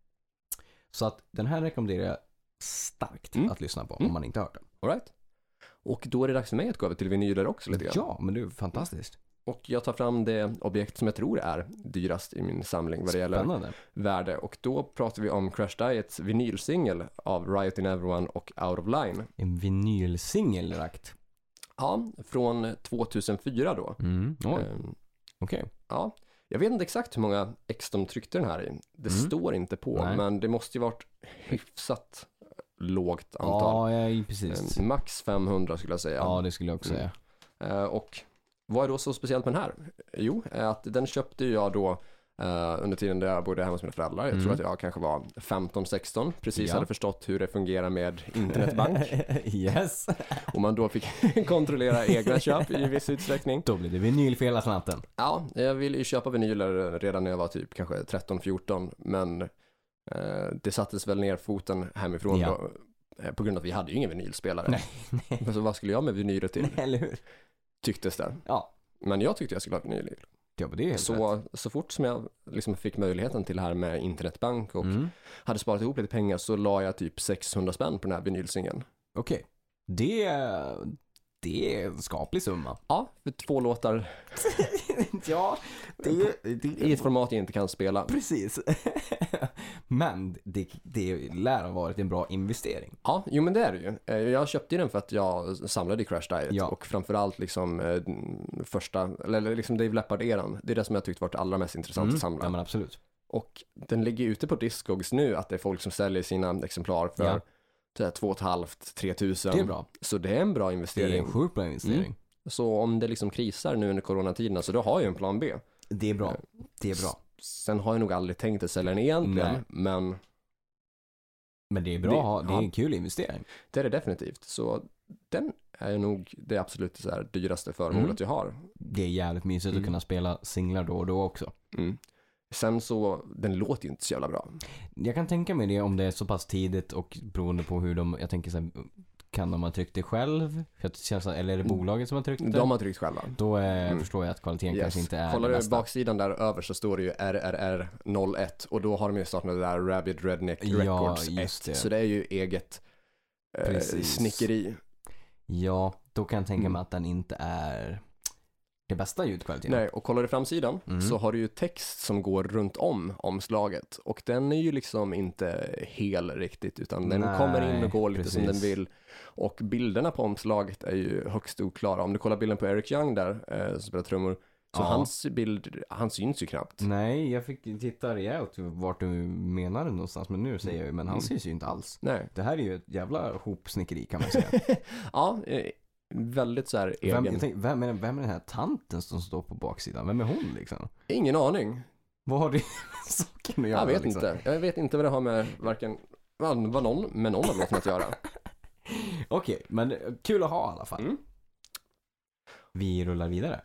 Så att den här rekommenderar jag starkt Mm. att lyssna på Mm. om man inte har hört den. All right. Och då är det dags för mig att gå över till vinyler också lite grann. Ja, men det är fantastiskt. Och jag tar fram det objekt som jag tror är dyrast i min samling vad det gäller Spännande. värde. Och då pratar vi om Crash Diets vinylsingel av Riot in Everyone och Out of Line. En vinylsingel rakt. Ja, från tvåtusenfyra då. Mm. Oj, Ehm, okej. Ja, jag vet inte exakt hur många ex de tryckte den här i. Det Mm. står inte på, Nej. men det måste ju varit hyfsat lågt antal. Ja, ja, precis. Ehm, Max femhundra skulle jag säga. Ja, det skulle jag också Mm. säga. Eh, och vad är då så speciellt med den här? Jo, är att den köpte jag då eh, under tiden där jag bodde hemma hos mina föräldrar. Jag Mm. tror att jag kanske var femton sexton. Precis Ja. hade förstått hur det fungerar med internetbank. Yes. Och man då fick kontrollera egna köp i viss utsträckning. Då blir det vinylfel Atlanten. Ja, jag ville ju köpa vinyler redan när jag var typ kanske tretton fjorton. Men eh, det sattes väl ner foten hemifrån Ja. då, eh, på grund av att vi hade ju ingen vinylspelare. Nej, nej. Men så vad skulle jag med vinyler till? Eller hur? Tycktes det. Ja. Men jag tyckte jag skulle ha vinyl. Ja, men det är helt Så, rätt. så fort som jag liksom fick möjligheten till det här med internetbank och Mm. hade sparat ihop lite pengar så la jag typ sexhundra spänn på den här vinylsingeln. Okej. Det, det är en skaplig summa. Ja, för två låtar Ja, det, det i ett format jag inte kan spela. Precis. Men det, det lär ha varit en bra investering. Ja, jo men det är det ju. Eh, Jag köpte ju den för att jag samlade i Crash Diet Ja. och framförallt liksom eh, första, eller liksom Dave Leppard-eran. Det är det som jag tyckte varit allra mest intressant Mm. att samla. Ja, men absolut. Och den ligger ute på Discogs nu att det är folk som säljer sina exemplar för Ja. ja. två och ett halvt, tre tusen. Det är bra. Så det är en bra Det är investering. en sjukt bra investering. Mm. Så om det liksom krisar nu under coronatiderna så då har jag en plan B. Det är bra. Det är bra. Sen har jag nog aldrig tänkt att sälja den egentligen, Nej. men Men det är bra Det- att ha. Det är ja. en kul investering. det är det definitivt. Så den är nog det absolut så här dyraste föremålet Mm. jag har. Det är jävligt mysigt Mm. att kunna spela singlar då och då också. Mm. Sen så, den låter ju inte så jävla bra. Jag kan tänka mig det om det är så pass tidigt och beroende på hur de, jag tänker så här, kan de ha tryckt det själv? För att det känns, eller är det bolaget som har tryckt det? De har tryckt själva. Då eh, Mm. förstår jag att kvaliteten Yes. kanske inte är Kollar det du bästa. baksidan där över så står det ju R R R noll ett och då har de ju startat det där Rabid Redneck Ja, Records just ett. det. Så det är ju eget eh, Precis. snickeri. Ja, då kan jag tänka Mm. mig att den inte är det bästa ljudkvaliteten. Nej, och kollar du framsidan Mm. så har du ju text som går runt om omslaget och den är ju liksom inte hel riktigt utan den Nej, kommer in och går lite precis. som den vill och bilderna på omslaget är ju högst oklara. Om du kollar bilden på Eric Young där eh, som spelar trummor så Ja. hans bild, han syns ju knappt. Nej, jag fick titta rejält vart du menar någonstans, men nu säger jag ju, men han Mm. syns ju inte alls. Nej. Det här är ju ett jävla hopsnickeri kan man säga. Ja, eh, väldigt så här egen. vem, jag tänk, vem, är, vem är den här tanten som står på baksidan? Vem är hon liksom? Ingen aning. Vad har det med saken att göra? Jag vet liksom? inte. Jag vet inte vad det har med varken vad, vad någon, med någon av låtarna att göra. Okej, men eh, kul att ha i alla fall. Mm. Vi rullar vidare.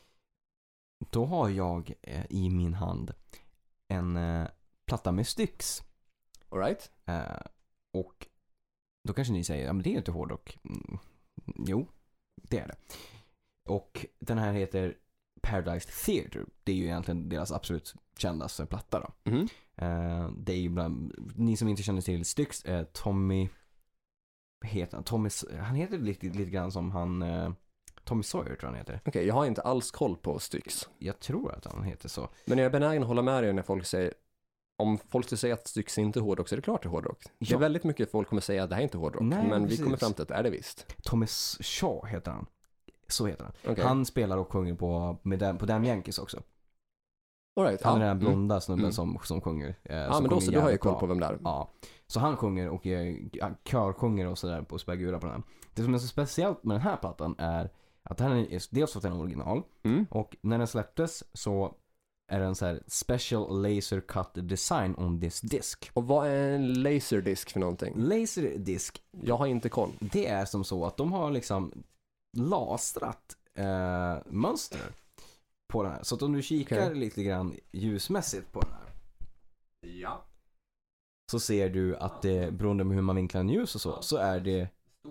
Då har jag eh, i min hand en eh, platta med Styx. All right. Eh, och då kanske ni säger, ja men det är inte hårdrock. Mm, jo, det är det. Och den här heter Paradise Theater. Det är ju egentligen deras absolut kändaste platta då. Mhm. Eh, det är ju bland, ni som inte känner till Styx, eh, Tommy, vad heter han? Tommy, han heter lite, lite grann som han, eh, Tommy Sawyer tror jag han heter. Okej, jag har inte alls koll på Styx. Jag tror att han heter så. Men jag är benägen att hålla med dig när folk säger om folk skulle säga att Styx inte är hårdrock så är det klart det är hårdrock. Det Ja. är väldigt mycket folk kommer säga att det här är inte hårdrock. Nej, men precis. vi kommer fram till att det är det visst. Thomas Shaw heter han. Så heter han. Okej. Han spelar och sjunger på, med Dan, på Damn Yankees också. All right. Han är ja. den blonda snubben Mm. som, som sjunger. Eh, Ja, som men då sjunger så, då har jag jävligt koll bra. på vem det är. Ja, så han sjunger och eh, körsjunger och sådär på Spagura på den här. Det som är så speciellt med den här plattan är att den är dels för att den är original Mm. och när den släpptes så är det en så här special laser cut design on this disc. Och vad är en laserdisk för någonting? Laserdisk, Jag har inte koll. det är som så att de har liksom lasrat eh, mönster på den här. Så att om du kikar Okej. lite grann ljusmässigt på den här Ja. så ser du att det, beroende på hur man vinklar en ljus och så, så är det,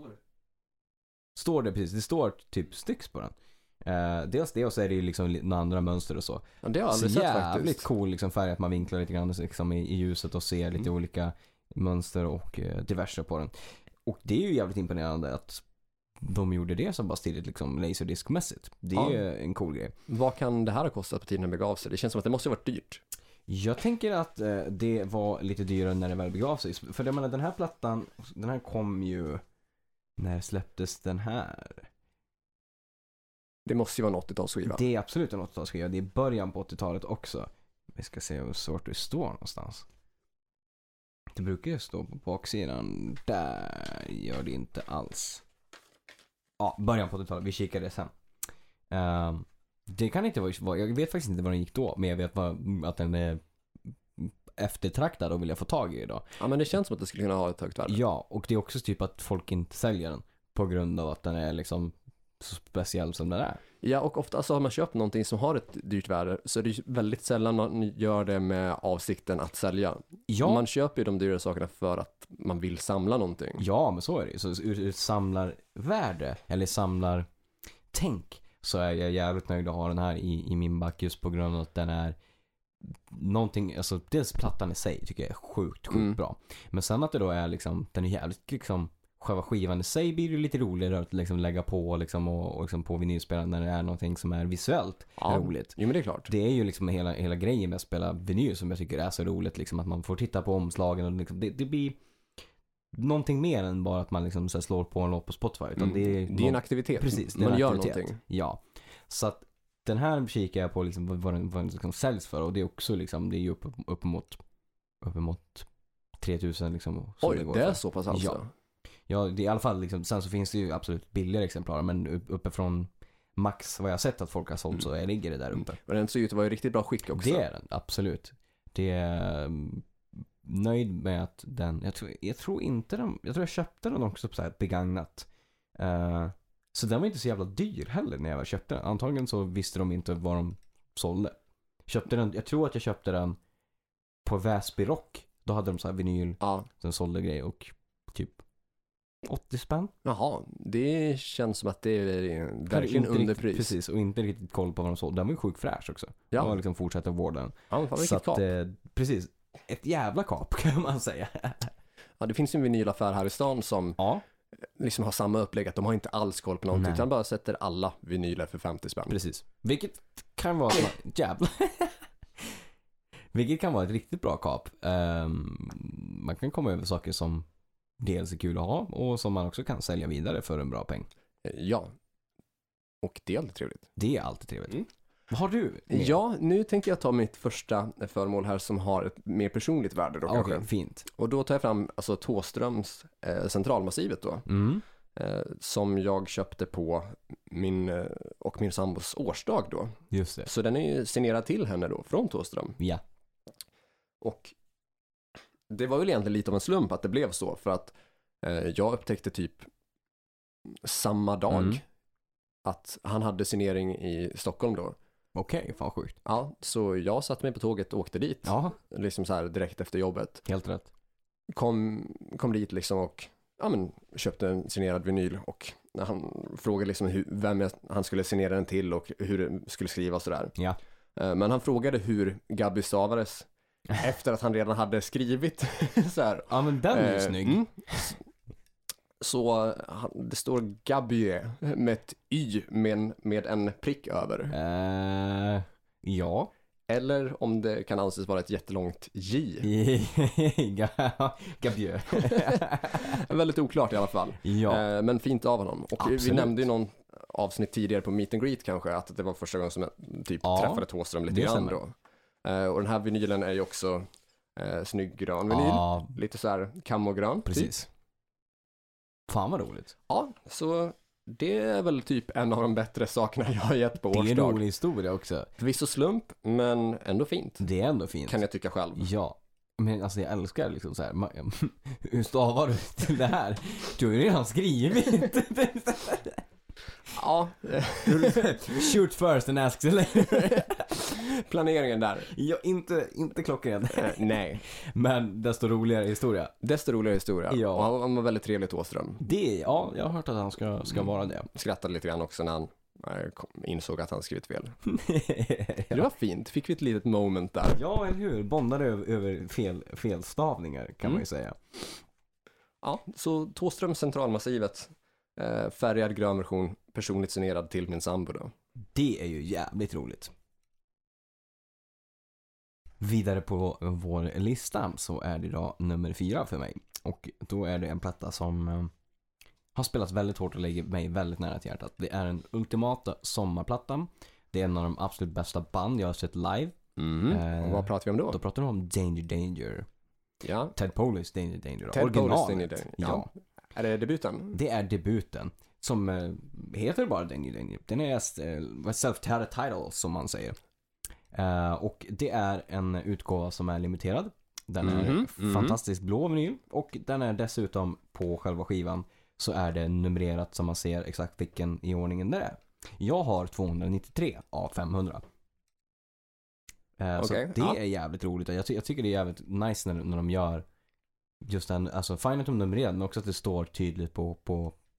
står det precis, det står typ Styx på den. Eh, dels det och så är det ju liksom några andra mönster och så. Ja, det har jag Så aldrig sett jävligt faktiskt. cool liksom färg att man vinklar lite grann liksom i, i ljuset och ser lite Mm. olika mönster och eh, diverse på den. Och det är ju jävligt imponerande att de gjorde det så bara stiligt liksom laserdiskmässigt. Det är Ja. ju en cool grej. Vad kan det här ha kostat på tiden det begav sig? Det känns som att det måste ha varit dyrt. Jag tänker att eh, det var lite dyrare när det väl begav sig. För jag menar, den här plattan, den här kom ju, när släpptes den här? Det måste ju vara en åttiotalsskiva. Det är absolut en åttiotalsskiva. Det är början på åttiotalet också. Vi ska se hur svårt det står någonstans. Det brukar ju stå på baksidan. Där gör det inte alls. Ja, början på åttiotalet. Vi kikar det sen. Um, det kan inte vara, jag vet faktiskt inte vad den gick då. Men jag vet vad, att den är eftertraktad och vill jag få tag i idag. Ja, men det känns som att det skulle kunna ha ett högt värde. Ja, och det är också typ att folk inte säljer den. På grund av att den är liksom så speciell som den är. Ja, och ofta så har man köpt någonting som har ett dyrt värde så är det ju väldigt sällan man gör det med avsikten att sälja. Ja, Man köper ju de dyra sakerna för att man vill samla någonting. ja men så är det ju. Så ur, ur samlarvärde, eller samlar tänk, så är jag jävligt nöjd att ha den här i, i min back just på grund av att den är någonting, alltså dels plattan i sig tycker jag är sjukt, sjukt Mm. bra. Men sen att det då är liksom, den är jävligt liksom, själva skivan i sig blir det lite roligare att liksom lägga på liksom, och, och liksom på vinylspelaren när det är någonting som är visuellt Ja. roligt. Jo men det är klart. Det är ju liksom hela, hela grejen med att spela vinyl som jag tycker är så roligt liksom, att man får titta på omslagen och liksom, det, det blir någonting mer än bara att man liksom så här slår på en låt på Spotify, utan Mm. det är, Det är en aktivitet. precis, det är Man en gör aktivitet. någonting. Ja, så att den här kikar jag på liksom vad, vad den, vad den liksom säljs för, och det är också liksom, det är ju upp, uppemot uppemot tre tusen liksom. Så Oj, går det är för. så pass alltså. Ja. Ja, det är i alla fall liksom, sen så finns det ju absolut billigare exemplar, men upp- uppifrån max vad jag har sett att folk har sålt Mm. så är, ligger det där uppe. Men den ser ut att vara i riktigt bra skick också. Det är den, absolut. Det är um, nöjd med att den, jag tror, jag tror inte den, jag tror jag köpte den också på så här begagnat. Uh, så den var inte så jävla dyr heller när jag väl köpte den. Antagligen så visste de inte vad de sålde. Köpte den, jag tror att jag köpte den på Väsby Rock. Då hade de så här vinyl, Ja. som sålde grejer, och typ åttio spänn. Jaha, det känns som att det är Hade verkligen inte underpris. Riktigt, precis, och inte riktigt koll på vad de sålde. Den var ju sjukt fräsch också. Ja. Och liksom fortsätter vårda den. Ja, men fan Så vilket att, kap. eh, precis. Ett jävla kap kan man säga. Ja, det finns ju en vinylaffär här i stan som Ja, liksom har samma upplägg, att de har inte alls koll på någonting, Nej. utan bara sätter alla vinyler för femtio spänn. precis. Vilket kan vara ett jävla... Vilket kan vara ett riktigt bra kap. Ehm, man kan komma över saker som dels är kul att ha och som man också kan sälja vidare för en bra peng. Eh, Ja. Och det är alltid trevligt. Det är alltid trevligt. Mm. Vad har du med? Ja, nu tänker jag ta mitt första föremål här som har ett mer personligt värde då Okej, kanske. fint. Och då tar jag fram alltså Thåströms eh, centralmassivet då. Mm. Eh, som jag köpte på min eh, och min sambos årsdag då. Just det. Så den är ju signerad till henne då, från Thåström. Ja. Och det var väl egentligen lite av en slump att det blev så, för att eh, jag upptäckte typ samma dag Mm. att han hade signering i Stockholm då. Okej, fan sjukt. Ja, så jag satte mig på tåget och åkte dit. Ja, Liksom så här direkt efter jobbet. helt rätt. Kom, kom dit liksom och ja, men, köpte en signerad vinyl, och han frågade liksom hur, vem jag, han skulle signera den till och hur det skulle skrivas och sådär. Ja. Eh, Men han frågade hur Gabby stavades efter att han redan hade skrivit så här. Ja, men den är ju Eh, snygg. mm. Så han- det står Gabby med ett Y med en, med en prick över. Eh, ja. Eller om det kan anses vara ett jättelångt J. Gabjö. Väldigt oklart i alla fall. Ja. Eh, Men fint av honom. Och vi Absolut. nämnde ju någon avsnitt tidigare på Meet and Greet kanske, att det var första gången som jag typ Ja, träffade Thåström lite det grann stämmer. då. Eh, Och den här vinylen är ju också eh, snygg grön vinyl. Ja, Lite så här kamogrön. Typ. precis. Fan vad roligt. Ja, så det är väl typ en av de bättre sakerna jag har gett på Det är en årsdag. rolig historia också. Förvisso slump, men ändå fint. Det är ändå fint. Kan jag tycka själv. Ja. Men alltså jag älskar liksom så här. ma- Hur stavar du till det här? Du har ju redan skrivit. Ja, Shoot first and ask later. planeringen där. Ja, inte, inte klockren. Eh, nej, Men desto roligare historia. desto roligare historia. Ja. Och han han var väldigt trevlig, Thåström. Det, ja, jag har hört att han ska, ska Mm. vara det. Skrattade lite grann också när han eh, kom- insåg att han skrivit fel. Det ja. var fint, fick vi ett litet moment där. Ja, eller hur? Bondade över, över fel, felstavningar kan Mm. man ju säga. Ja, så Thåströms centralmassivet, eh, färgad grön version, personligt signerad till min sambo då. Det är ju jävligt roligt. Vidare på vår lista så är det idag nummer fyra för mig. Och då är det en platta som eh, har spelats väldigt hårt och ligger mig väldigt nära till hjärtat. Det är en ultimata sommarplatta. Det är en av de absolut bästa band jag har sett live. Mm. Eh, Och vad pratar vi om då? Då pratar de om Danger Danger. Ja, Ted Polis Danger Danger. Ted Originalet. Polis Danger Danger. Ja. Ja. är det debuten? Det är debuten. Som eh, heter bara Danger Danger. Den är eh, self-titled title som man säger. Eh, och det är en utgåva som är limiterad. Den är Mhm, mhm. fantastiskt blå vinyl. Och den är dessutom på själva skivan så är det numrerat så man ser exakt vilken i ordningen det är. Jag har tvåhundranittiotre av femhundra. Eh, så Okej, det ja. är jävligt roligt. Jag, ty- jag tycker det är jävligt nice när, när de gör just den, alltså fine att de numrerar men också att det står tydligt på, på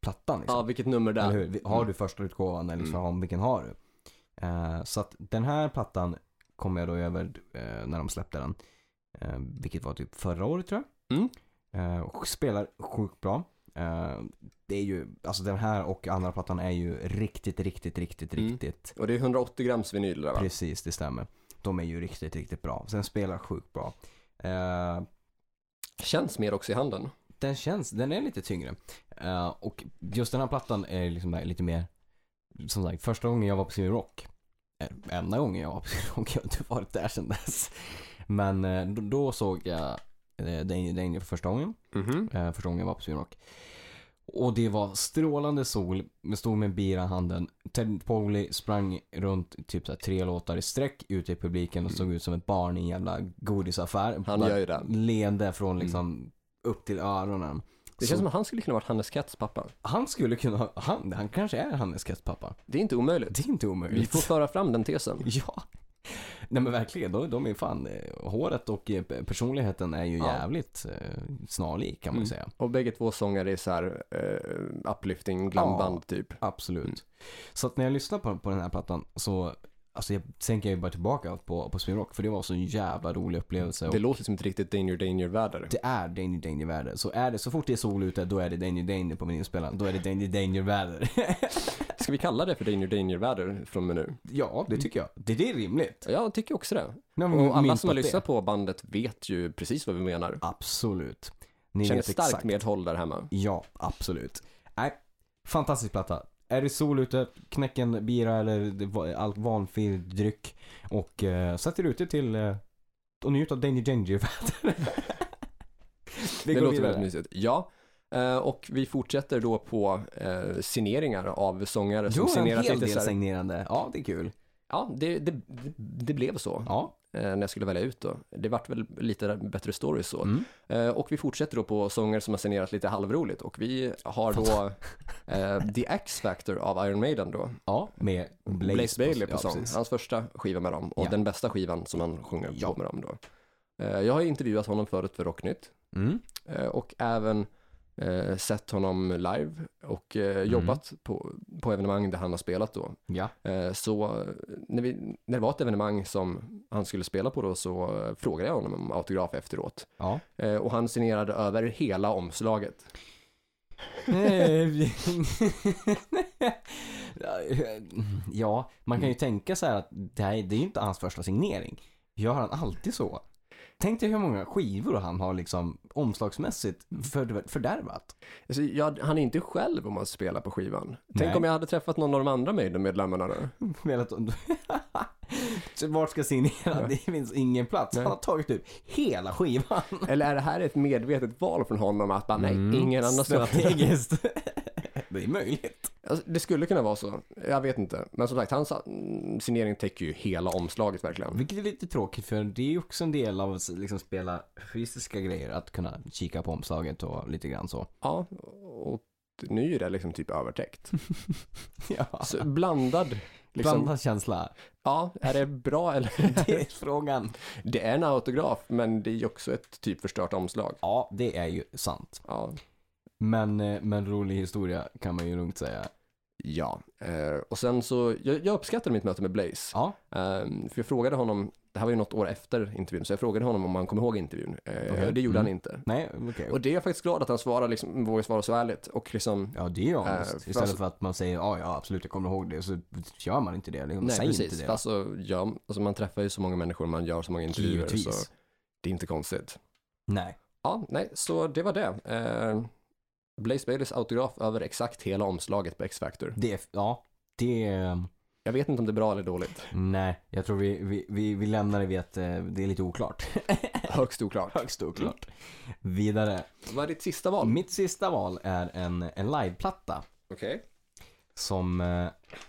plattan liksom. Ja, vilket nummer där? Eller hur? Har du första utgåvan eller så Mm. vilken har du? Uh, så att den här plattan kom jag då över uh, när de släppte den. Uh, vilket var typ förra året tror jag. Mm. Uh, och spelar sjukt bra. Uh, det är ju, alltså den här och andra plattan är ju riktigt, riktigt, riktigt, Mm. riktigt. Och det är hundraåttio grams vinyl där, va? Precis, det stämmer. De är ju riktigt, riktigt bra. Sen spelar sjukt bra. Uh, Känns mer också i handen. den känns, den är lite tyngre. Uh, och just den här plattan är liksom lite mer, som sagt, första gången jag var på Sweden Rock. eh, Enda gången jag var på Sweden Rock, jag har inte varit där sedan dess. Men uh, då, då såg jag uh, Danger Danger för första gången. Mhm. Uh, första gången jag var på Sweden Rock. Och det var strålande sol, med stod med en bira i handen. Ted Poley sprang runt typ så här tre låtar i sträck ute i publiken och såg ut som ett barn i en jävla godisaffär. Han Bara gör ju det. leende från liksom upp till öronen. Det Så känns som att han skulle kunna vara Hannes Katz pappa. han skulle kunna ha, han, han kanske är Hannes Katz pappa. Det är inte omöjligt. Det är inte Vi omöjligt. får föra fram den tesen. Ja. Nej men verkligen, de, de är fan, eh, håret och eh, personligheten är ju Ja. jävligt eh, snarlik kan man ju Mm. säga. Och bägge två sångare är så här uh, uplifting glamband typ. Absolut. Mm. Så att när jag lyssnar på, på den här plattan så, alltså jag tänker jag bara tillbaka på, på Sweden Rock för det var så en jävla rolig upplevelse. Det Och låter som ett riktigt Danger Danger-väder. det är Danger Danger väder. Så är det, så fort det är sol ute, då är det Danger Danger på vinylspelaren. Då är det Danger Danger väder. Ska vi kalla det för Danger Danger-väder från och med nu? Ja, det tycker jag. Det, det är rimligt. Jag tycker också det. Nu har vi Och alla myntat som har det. lyssnat på bandet vet ju precis vad vi menar. Absolut. Ni Känner vet starkt exakt. medhåll där hemma. Ja, absolut. Nej, fantastisk platta. Är det sol ute, knäck en bira eller allt valfri dryck och uh, sätt er ute till uh, och njut av Danger Danger-väder. Det låter väldigt mysigt. Ja, eh, och vi fortsätter då på eh, signeringar av sångare som Jo, en signerat hel lite del så här. signerande. Ja, det är kul. Ja, det, det, det blev så Ja. eh, när jag skulle välja ut då. Det vart väl lite bättre stories så. Mm. Eh, och vi fortsätter då på sånger som har signerat lite halvroligt. Och vi har då eh, The X-Factor av Iron Maiden då. Ja, med Blaze, Blaze Bailey på ja, sång. precis. Hans första skiva med dem. Och Ja. den bästa skivan som han sjunger Ja. på med dem då. Eh, jag har intervjuat honom förut för Rocknytt. Mm. Eh, och även eh, sett honom live och eh, jobbat på, på evenemang där han har spelat då. Ja. Eh, så eh, när, vi, när det var ett evenemang som han skulle spela på då så eh, frågade jag honom om autograf efteråt. Ja. Eh, och han signerade över hela omslaget. Ja, man kan ju tänka så här att det, här, det är ju inte hans första signering. Gör han alltid så? Tänk dig hur många skivor han har liksom omslagsmässigt för, fördärvat. Alltså, jag, han är inte själv om man spelar på skivan. Tänk Nej. om jag hade träffat någon av de andra Maiden-medlemmarna då. Velat, så vart ska signera? Det finns ingen plats. Nej. Han har tagit ut hela skivan. Eller är det här ett medvetet val från honom att bara, nej, Mm, ingen annan ska... strategiskt. Det är möjligt. Alltså, det skulle kunna vara så. Jag vet inte. Men som sagt, hans mm, signering täcker ju hela omslaget verkligen. Vilket är lite tråkigt för det är ju också en del av att liksom spela fysiska grejer. Att kunna kika på omslaget och lite grann så. Ja, och nu är ju det liksom typ övertäckt. Ja. Så blandad. Liksom, Blandad känsla. ja, är det bra eller? Det är frågan. Det är en autograf, men det är ju också ett typ förstört omslag. Ja, det är ju sant. Ja, Men, eh, men rolig historia kan man ju lugnt säga. ja. Eh, och sen så, jag, jag uppskattade mitt möte med Blaze. Ja, Eh, för jag frågade honom, det här var ju något år efter intervjun, så jag frågade honom om han kom ihåg intervjun. Eh, Okej. Det gjorde Mm. han inte. nej, okej. Och det är jag faktiskt glad att han svarar, liksom, vågar svara så ärligt. Och liksom, Ja, det är ju Eh, honest. fast- Istället för att man säger ja, ja, absolut, jag kommer ihåg det. Så gör man inte det. Liksom, nej säg precis. inte det. Fast så, ja, alltså man träffar ju så många människor, man gör så många intervjuer. Givetvis. Så det är inte konstigt. Nej. Ja, nej, så det var det. Eh, Blaze Baileys autograf över exakt hela omslaget på X-Factor. Det är, ja, det är, Jag vet inte om det är bra eller dåligt. nej, jag tror vi, vi, vi, vi lämnar det vid att eh, det är lite oklart. Högst oklart. Högst oklart. Vidare. Vad är ditt sista val? Mitt sista val är en, en liveplatta Okej. som eh,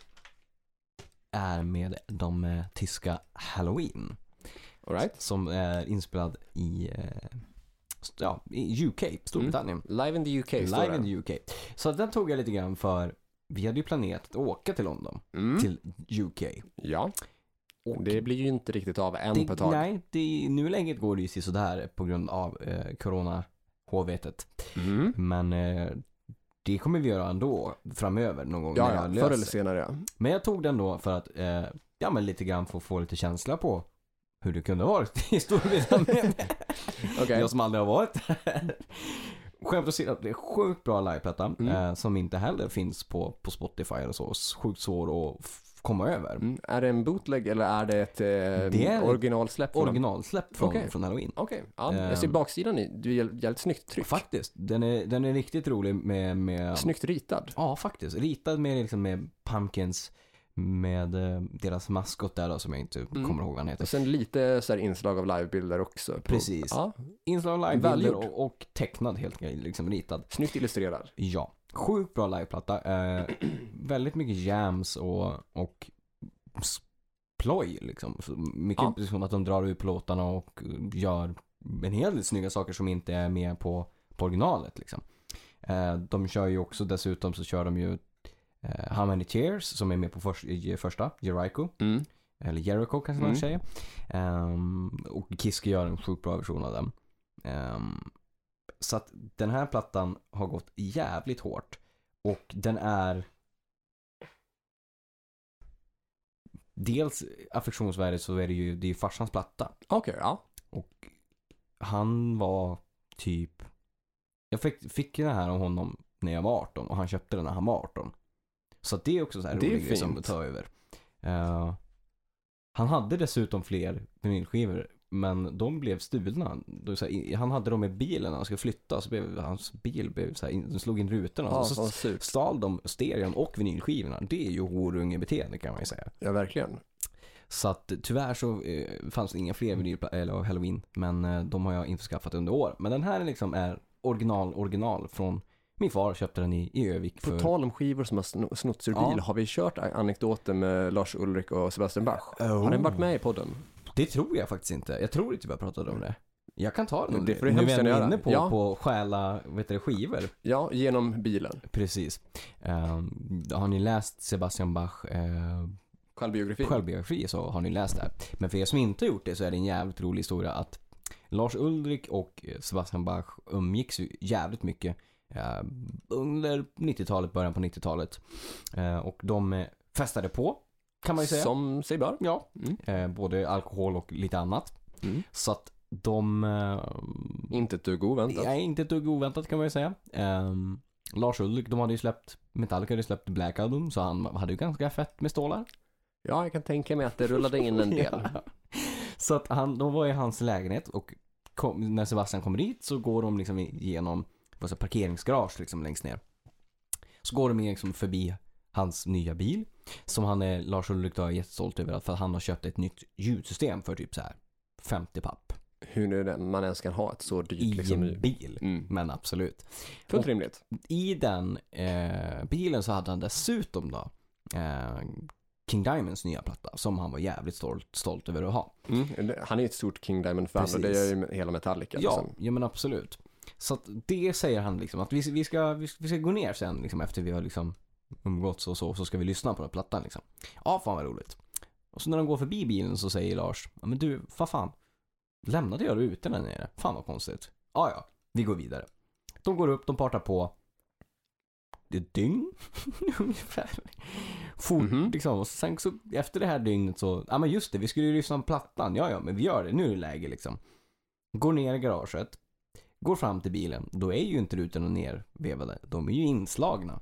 är med de eh, tyska Halloween. All right. Som är inspelad i, eh, st- ja, i U K, Storbritannien. Live in the U K står Live det. in the U K. Så den tog jag lite grann för vi hade ju planerat att åka till London, Mm. till U K. Ja, Och det blir ju inte riktigt av än det, på ett tag. nej, det, i nuläget går det ju sådär på grund av eh, corona-håvetet. Mm. Men eh, det kommer vi göra ändå framöver någon gång. Ja, när ja, jag förr löser. eller senare, ja. Men jag tog den då för att, eh, ja men lite grann få få lite känsla på hur det kunde ha varit i Storbritannien. Okej. Jag som aldrig har varit där. Skämt åsido, det är sjukt bra liveplatta Mm. eh, som inte heller finns på, på Spotify eller så. Sjukt svår att f- komma över. Mm. Är det en bootleg eller är det ett eh, Det är originalsläpp? från- Originalsläpp från, Okej. från Halloween. Okej, ja, jag ser Ehm. baksidan i. Du är jävligt, jävligt snyggt tryck. Faktiskt, den är, den är riktigt rolig med... med Snyggt ritad. Ja, faktiskt. Ritad med, liksom, med Pumpkins, med eh, deras maskot där då, som jag inte Mm. kommer ihåg vad han heter. Och sen lite så här inslag av livebilder också. På, Precis. Ja, Inslag livebilder Välgjord. och, och tecknad helt enkelt, liksom ritad. snyggt illustrerad. Ja, sjukt bra liveplatta. Eh, väldigt mycket jams och, och s- ploj liksom. Så mycket Ja. liksom att de drar ut plåtarna och gör en hel del snygga saker som inte är med på, på originalet liksom. Eh, de kör ju också, dessutom så kör de ju eh, How Many Tears som är med på för, i första, Jericho. Mm. Eller Jericho kanske man Mm. säger. Um, och Kiske gör en sjukt bra version av den. Um, så att den här plattan har gått jävligt hårt. Och den är dels affektionsvärdet, så är det ju, det är ju farsans platta. Okej, ja. Och han var typ, jag fick, fick den här av honom när jag var arton och han köpte den när han var arton. Så att det är också så här Det är rolig grej som fint. att ta över. Uh, han hade dessutom fler vinylskivor, men de blev stulna. Då, så här, han hade dem i bilen när han skulle flytta, så blev hans bil blev så här, de slog in rutorna. Ja, så vad surt. stal de stereon och vinylskivorna. Det är ju horungebeteende kan man ju säga. Ja, verkligen. Så att tyvärr så eh, fanns det inga fler vinyl eller av Halloween, men eh, de har jag inte skaffat under år. Men den här liksom är original original från min far, köpte den i, i Övik På för... tal om skivor som har sno- snotts ur Ja. bil, har vi kört anekdoten med Lars Ulrik och Sebastian Bach? Oh. Har den varit med i podden? Det tror jag faktiskt inte. Jag tror inte vi har pratat om det. Jag kan ta den om Det det. får du Nu är hemskt vi ändå gärna inne göra. på, Ja. på stjäla, vet du, skivor. Ja, genom bilen. Precis. Um, har ni läst Sebastian Bach uh, Självbiografi. självbiografi, så har ni läst det här. Men för er som inte har gjort det så är det en jävligt rolig historia att Lars Ulrik och Sebastian Bach umgicks ju jävligt mycket uh, under nittiotalet, början på nittiotalet. Uh, och de uh, festade på, kan man ju säga. Som sig bör. Ja, Mm. uh, både alkohol och lite annat. Mm. Så att de... Uh, Inte ett dugg oväntat. Nej, inte ett dugg oväntat kan man ju säga. Um, Lars Ulrik, de hade ju släppt, Metallica hade ju släppt Black Album, så han hade ju ganska fett med stålar. Ja, jag kan tänka mig att det rullade in en del. Ja. Så att han, de var i hans lägenhet och kom, när Sebastian kommer dit så går de liksom igenom vad så, parkeringsgarage liksom längst ner. Så går de liksom förbi hans nya bil som han är, Lars Ulrik då är jättestolt över, för att han har köpt ett nytt ljudsystem för typ så här femtio papp. Hur nu det- man ens kan ha ett så dyrt I liksom. en bil. Mm. Men absolut. Fullt Och- rimligt. I den eh, bilen så hade han dessutom då eh, King Diamonds nya platta som han var jävligt stolt, stolt över att ha. Mm. Han är ju ett stort King Diamond-fan och det Precis. är ju hela Metallica. Ja, Liksom. ja men absolut. Så att det säger han liksom att vi, vi, ska, vi, ska, vi ska gå ner sen liksom, efter vi har liksom umgåtts och så, så ska vi lyssna på den plattan liksom. Ja, fan vad roligt. Och så när de går förbi bilen så säger Lars, ja men du, vad fan, lämnade jag ute där nere? Fan vad konstigt. Ja, ja, vi går vidare. De går upp, de partar på det är dygn ungefär. Fort Mhm. liksom. Och sen så efter det här dygnet så, ja men just det, vi skulle ju lyssna på plattan. Ja, ja, men vi gör det. Nu är det läge liksom. Går ner i garaget. Går fram till bilen. Då är ju inte rutorna nervevade. De är ju inslagna.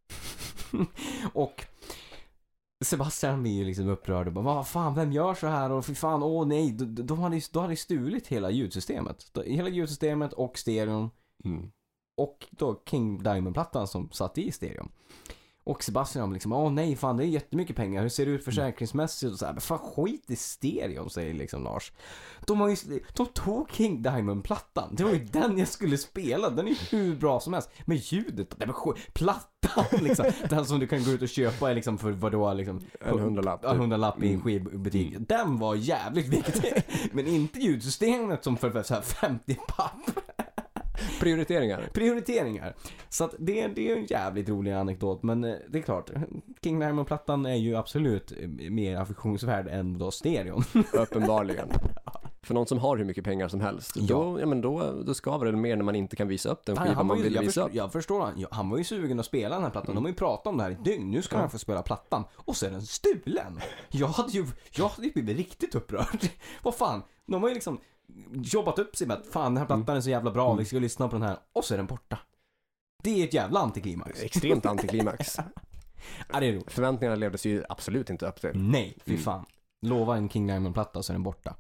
Och Sebastian blir ju liksom upprörd och bara, vad fan, vem gör så här? Och för fan, åh nej, de, de hade ju de hade stulit hela ljudsystemet. Hela ljudsystemet och stereon. Mm. Och då King Diamond-plattan som satt i stereon. Och Sebastian liksom, åh nej fan, det är jättemycket pengar. Hur ser det ut försäkringsmässigt? Och så här, men fan skit i stereon, säger liksom Lars. De, har ju, de tog King Diamond-plattan. Det var ju den jag skulle spela. Den är ju hur bra som helst. Men ljudet, det var skit. Plattan liksom. Den som du kan gå ut och köpa är liksom för vad då liksom. En hundralapp. En hundralapp i en Mm. skivbutik. Den var jävligt viktig. Men inte ljudsystemet som för så här femtio papp. Prioriteringar. Prioriteringar. Så att det, det är en jävligt rolig anekdot. Men eh, det är klart, King Diamond-plattan är ju absolut eh, mer affektionsvärd än då stereon. Uppenbarligen. För någon som har hur mycket pengar som helst. Ja. Då, ja, men då, då skaver det mer när man inte kan visa upp den Fan, skivan han var man ju, vill jag, visa förstår, upp. jag förstår han. Ja, han var ju sugen att spela den här plattan. Mm. De har ju pratat om det här i ett dygn. Nu ska Ja. han få spela plattan. Och så är den stulen. Jag hade ju, jag hade ju blivit riktigt upprörd. Vad fan? De har ju liksom jobbat upp sig med att fan, den här plattan är så jävla bra. Vi ska lyssna på den här. Och så är den borta. Det är ett jävla antiklimax. Extremt antiklimax. Ja, det är roligt. Förväntningarna levdes ju absolut inte upp till. Nej, fy Mm. fan. Lova en King Diamond-platta så är den borta.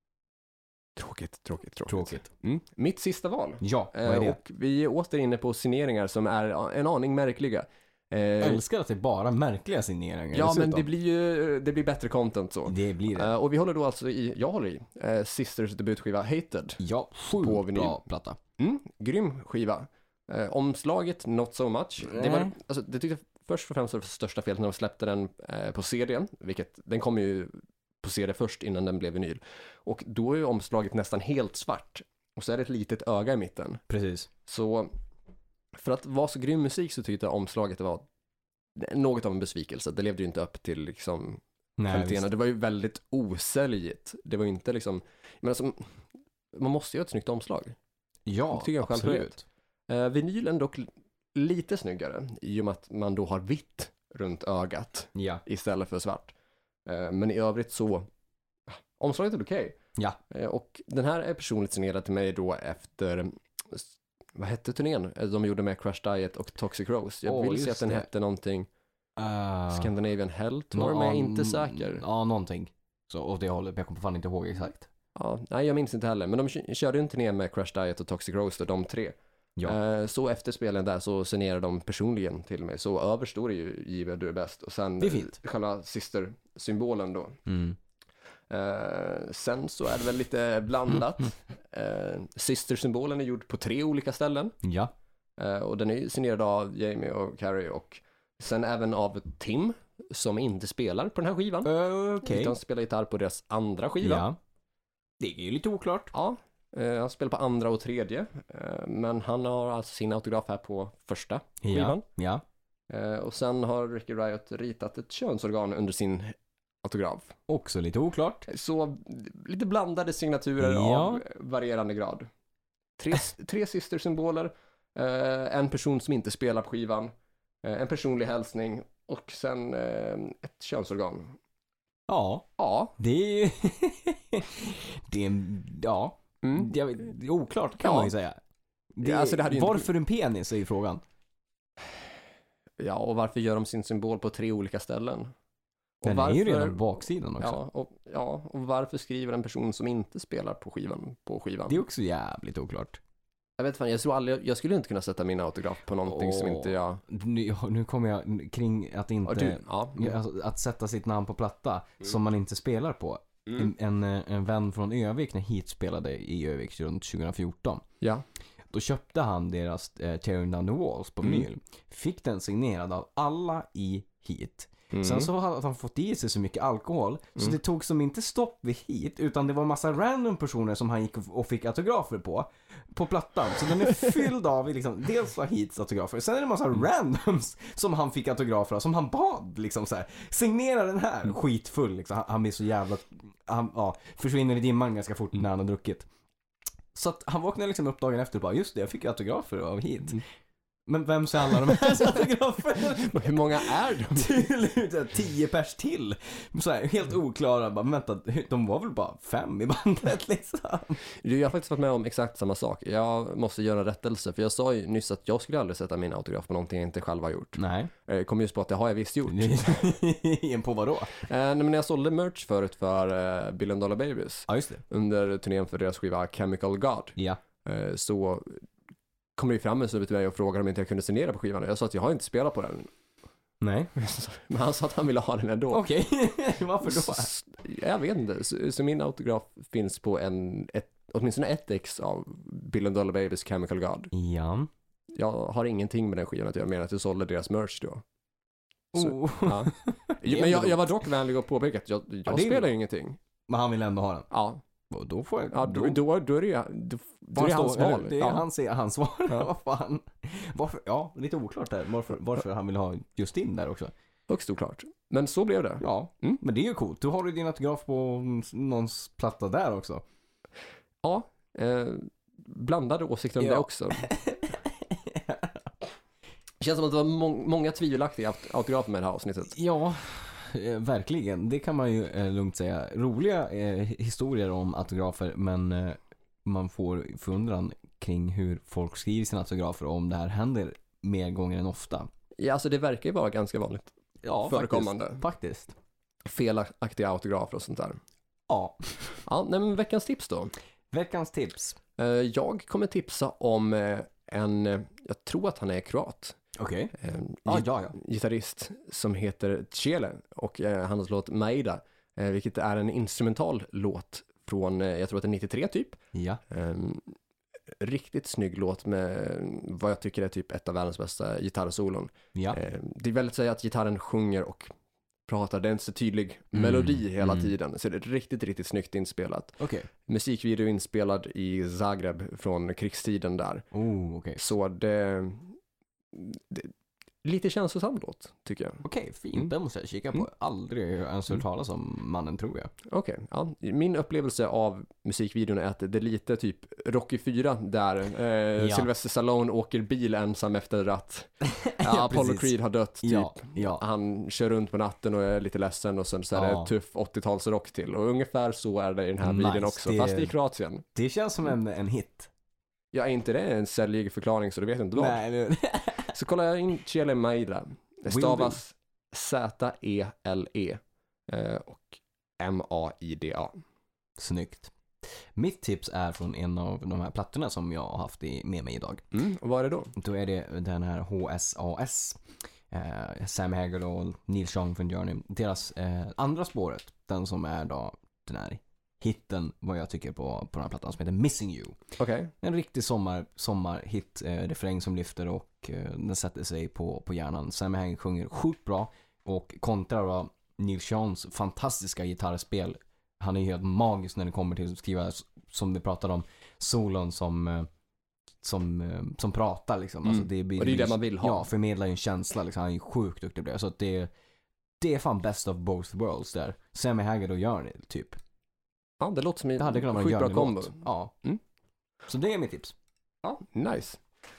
Tråkigt, tråkigt, tråkigt. Tråkigt. Mm. Mitt sista val. Ja, vad är Eh, det? och vi är åter inne på signeringar som är en aning märkliga. Eh, Jag älskar att det är bara märkliga signeringar. ja, men dessutom. det blir ju det blir bättre content så. Det blir det. Eh, och vi håller då alltså i, jag håller i, eh, Sisters debutskiva Hated. Ja, på sjukt vinyl. bra platta. Mm, grym skiva. Eh, omslaget, not so much. Det, var, Nej. alltså, det tyckte jag först och främst var det största felet när de släppte den eh, på C D, vilket, den kom ju på C D först innan den blev vinyl. Och då är ju omslaget nästan helt svart. Och så är det ett litet öga i mitten. Precis. Så för att vara så grym musik så tyckte jag omslaget var något av en besvikelse. Det levde ju inte upp till liksom Nej, kvaliteten. visst. Det var ju väldigt osäljigt. Det var ju inte liksom, men alltså, man måste ju ha ett snyggt omslag. Ja, Det tycker jag absolut. Eh, vinylen dock l- lite snyggare i och med att man då har vitt runt ögat Ja. istället för svart. Eh, men i övrigt så, omslaget är okej. Ja. Eh, och den här är personligt signerad till mig då efter, s- vad hette turnén? Eh, De gjorde med Crash Diet och Toxic Rose. Jag Åh, vill se just att den det. hette någonting Uh, Scandinavian Hell Tour, men jag är inte säker. Ja, någonting. Så åt det hållet, men jag kommer fan inte ihåg exakt. Ja, nej, jag minns inte heller. Men de k- körde en turné med Crash Diet och Toxic Rose, de tre. Ja. Eh, Så efter spelen där så signerade de personligen till mig. Så över står det ju J V, du är bäst. Och sen Det är fint. eh, själva Sister-symbolen då. Mm. Eh, sen så är det väl lite blandat. Eh, Sister-symbolen är gjord på tre olika ställen. Ja. Eh, och den är ju signerad av Jamie och Carrie och sen även av Tim som inte spelar på den här skivan. Uh, Okej. Utan spelar gitarr på deras andra skiva. Ja. Det är ju lite oklart. Ja, eh, han spelar på andra och tredje. Eh, men han har alltså sin autograf här på första skivan. Ja. Ja. Eh, och sen har Ricky Riot ritat ett könsorgan under sin autograf. Också lite oklart. Så lite blandade signaturer Ja. av varierande grad. Tre, tre systersymboler, eh, en person som inte spelar på skivan, eh, en personlig hälsning och sen eh, ett könsorgan. Ja. Ja. Det är ju... det är en... Ja. Mm. Jag vet, det är oklart kan Ja. man ju säga. Det, Ja, alltså det hade ju inte- varför en penis är ju frågan. Ja, och varför gör de sin symbol på tre olika ställen? Och Den är ju redan på baksidan också. Ja och, ja, och varför skriver en person som inte spelar på skivan på skivan? Det är också jävligt oklart. Jag vet fan, jag, tror aldrig, jag skulle inte kunna sätta min autograf på någonting som Åh. inte jag... Nu, nu kommer jag kring att inte... Ja, du, ja. Ja, alltså, att sätta sitt namn på platta som man inte spelar på. Mm. En, en, en vän från Övik när Heat spelade i Övik runt tjugo fjorton. Ja. Då köpte han deras eh, Tearing Down the Walls på Mm. vinyl. Fick den signerad av alla i Heat. Mm. Sen så hade han fått i sig så mycket alkohol så Mm. det tog som inte stopp vid Heat utan det var en massa random personer som han gick och- och fick autografer på på plattan. Så den är fylld av liksom, dels var Heats autografer, sen är det en massa randoms som han fick autografer av, som han bad liksom så här. Signera den här, skitfull liksom. Han, han blir så jävla han, ja, försvinner i dimman ganska fort när han har druckit. Så att han vaknade liksom upp dagen efter och bara, just det, jag fick autografer av Heat. Men vem ser alla de här autograferna? Hur många är de? till tio pers till. Så här, helt oklara. Bara, vänta, de var väl bara fem i bandet liksom. Du, jag har faktiskt varit med om exakt samma sak. Jag måste göra en rättelse, för jag sa ju nyss att jag skulle aldrig sätta min autograf på någonting jag inte själv har gjort. Nej. Jag kom just på att det har jag visst gjort. En på vadå? Eh, nej, men när jag sålde merch förut för eh, Billion Dollar Babies Ja, just det. under turnén för deras skiva Chemical God, Ja. eh, så kom det ju fram en snubbe till mig och frågade om inte jag kunde signera på skivan. Jag sa att jag har inte spelat på den. Nej. Men han sa att han ville ha den ändå. Okej. Varför då? S- Jag vet inte. Så, så min autograf finns på en, ett, åtminstone ett ex av Billion Dollar Babies Chemical God. Ja. Jag har ingenting med den skivan att göra, mer än att jag sålde deras merch då. Så, Oh. ja. Det är Men jag, ändå jag var dock vänlig och påpekade att jag, jag Ja, det är spelar bra. ju ingenting. Men han vill ändå ha den. Ja, Och då får jag... ja då, då, då är det ju då, då är det Vad hans står- val. eller, Det är Ja. hans, hans svar. Ja. Vad fan. Varför? Ja, lite oklart där. Varför, varför han vill ha just in där också. Högst oklart. Men så blev det. Ja, Mm. men det är ju coolt. Du har ju din autograf på någons platta där också. Ja, eh, blandade åsikter om Ja. det också. Det känns som att det var må- många tvivelaktiga aut- autografer med det här avsnittet. Ja, eh, verkligen. Det kan man ju eh, lugnt säga. Roliga eh, historier om autografer, men eh, man får förundran kring hur folk skriver sina autografer och om det här händer mer gånger än ofta. Ja, alltså det verkar ju vara ganska vanligt. Ja, Förekommande. Faktiskt. faktiskt. Felaktiga autografer och sånt där. Ja. Ja, nej, men veckans tips då. Veckans tips. Eh, Jag kommer tipsa om eh, en, eh, jag tror att han är kroat, Okej. eh, Ja, git- ja, ja. gitarrist som heter Tjele och eh, hans låt Maida, eh, vilket är en instrumental låt från, eh, jag tror att det är nittiotre typ. Ja. Eh, riktigt snygg låt med vad jag tycker är typ ett av världens bästa gitarrsolon. Ja. Eh, det är väldigt så att gitarren sjunger och pratar, det är en så tydlig Mm, melodi hela mm. tiden, så det är riktigt, riktigt snyggt inspelat. Okej. Musikvideo inspelad i Zagreb från krigstiden där. Oh, okej. Så det, det lite känslosam låt, tycker jag. Okej, fint. Mm. Det måste jag kika på. Mm. Aldrig ens hört talas om mannen, tror jag. Okej, ja. Min upplevelse av musikvideon är att det är lite typ Rocky fyra där eh, Ja. Sylvester Stallone åker bil ensam efter ratt. Ja, Apollo precis. Creed har dött typ. Ja, ja. Han kör runt på natten och är lite ledsen och sen så är Ja. det tuff åttiotalsrock till. Och ungefär så är det i den här Nice, videon också, det- fast i Kroatien. Det känns som en, en hit. Ja, är inte det en säljig förklaring så du vet inte vad. Nej, nu. Så kollar jag in Tjele Maida. Det Will stavas Z E L E eh, och M A I D A. Snyggt. Mitt tips är från en av de här plattorna som jag har haft i, med mig idag. Mm, och vad är det då? Då är det den här H S A S. Eh, Sam Haggard och Neil Young från Journey. Deras eh, andra spåret. Den som är då den här hitten, vad jag tycker på, på den här plattan, som heter Missing You. Okej. En riktig sommar, sommarhit, eh, refräng som lyfter och eh, den sätter sig på, på hjärnan. Sam Haggard sjunger sjukt bra och kontrar då Neil Youngs fantastiska gitarrspel. Han är ju helt magisk när det kommer till att skriva, som vi pratade om, solon som eh, som, eh, som pratar liksom. Mm. Alltså det blir, Och det är det man vill ha. Ja, förmedlar ju en känsla liksom. Han är ju sjukt duktig på det. Så att det, det är fan best of both worlds där. Sammy Haggard och Journey typ. Ja, det låter som en Det hade kunnat vara en sjukt bra kombo. Journey-låt. Ja. Mm. Så det är mitt tips. Ja, nice.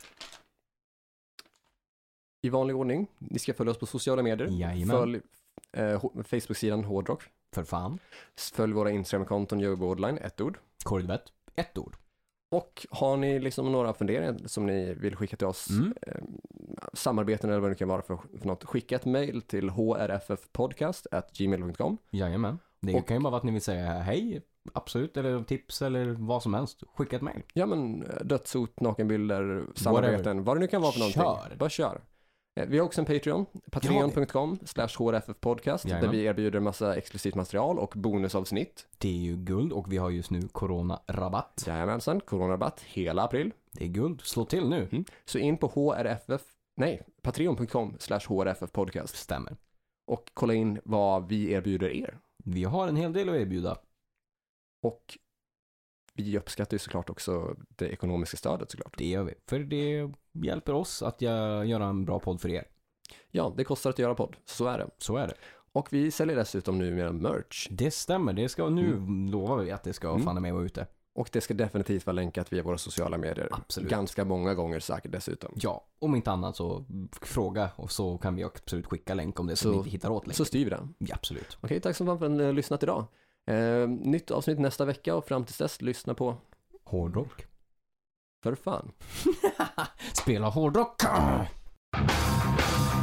I vanlig ordning, ni ska följa oss på sociala medier. Jajamän. Följ eh, H- Facebook-sidan Hårdrock. För fan. Följ våra Instagram-konton Joey Bordline, ett ord. Korvett. Ett ord. Och har ni liksom några funderingar som ni vill skicka till oss, Mm. eh, samarbeten eller vad det kan vara för, för något, skicka ett mejl till h r f f podcast at gmail dot com. Jajamän. Det Och- kan ju bara vara att ni vill säga hej, absolut, eller tips eller vad som helst. Skicka ett mejl. Ja men eh, dödshot, nakenbilder, samarbeten, vad det nu kan vara för någonting. Kör. Bara kör. Eh, Vi har också en Patreon, patreon dot com slash h r f f podcast, där Jajamän. vi erbjuder massa exklusivt material och bonusavsnitt. Det är ju guld och vi har just nu corona-rabatt. Jajamensan, coronarabatt hela april. Det är guld. Slå till nu. Mm. Så in på h r f f, nej, patreon dot com slash h r f f podcast Stämmer. och kolla in vad vi erbjuder er. Vi har en hel del att erbjuda. Och vi uppskattar ju såklart också det ekonomiska stödet såklart. Det gör vi. För det hjälper oss att gö- göra en bra podd för er. Ja, det kostar att göra podd, så är det. Så är det. Och vi säljer dessutom nu mer merch. Det stämmer. Det ska, nu lovar vi att det ska Mm. fan med vara ute. Och det ska definitivt vara länkat via våra sociala medier. Absolut. Ganska många gånger säkert dessutom. Ja, om inte annat så fråga och så kan vi absolut skicka länk om det som Så- vi inte hittar åt länk. Så styr vi det. Ja, absolut. Okej, tack så mycket för att ni har lyssnat idag. Eh, nytt avsnitt nästa vecka och fram tills dess lyssna på Hårdrock. För fan. Spela hårdrock.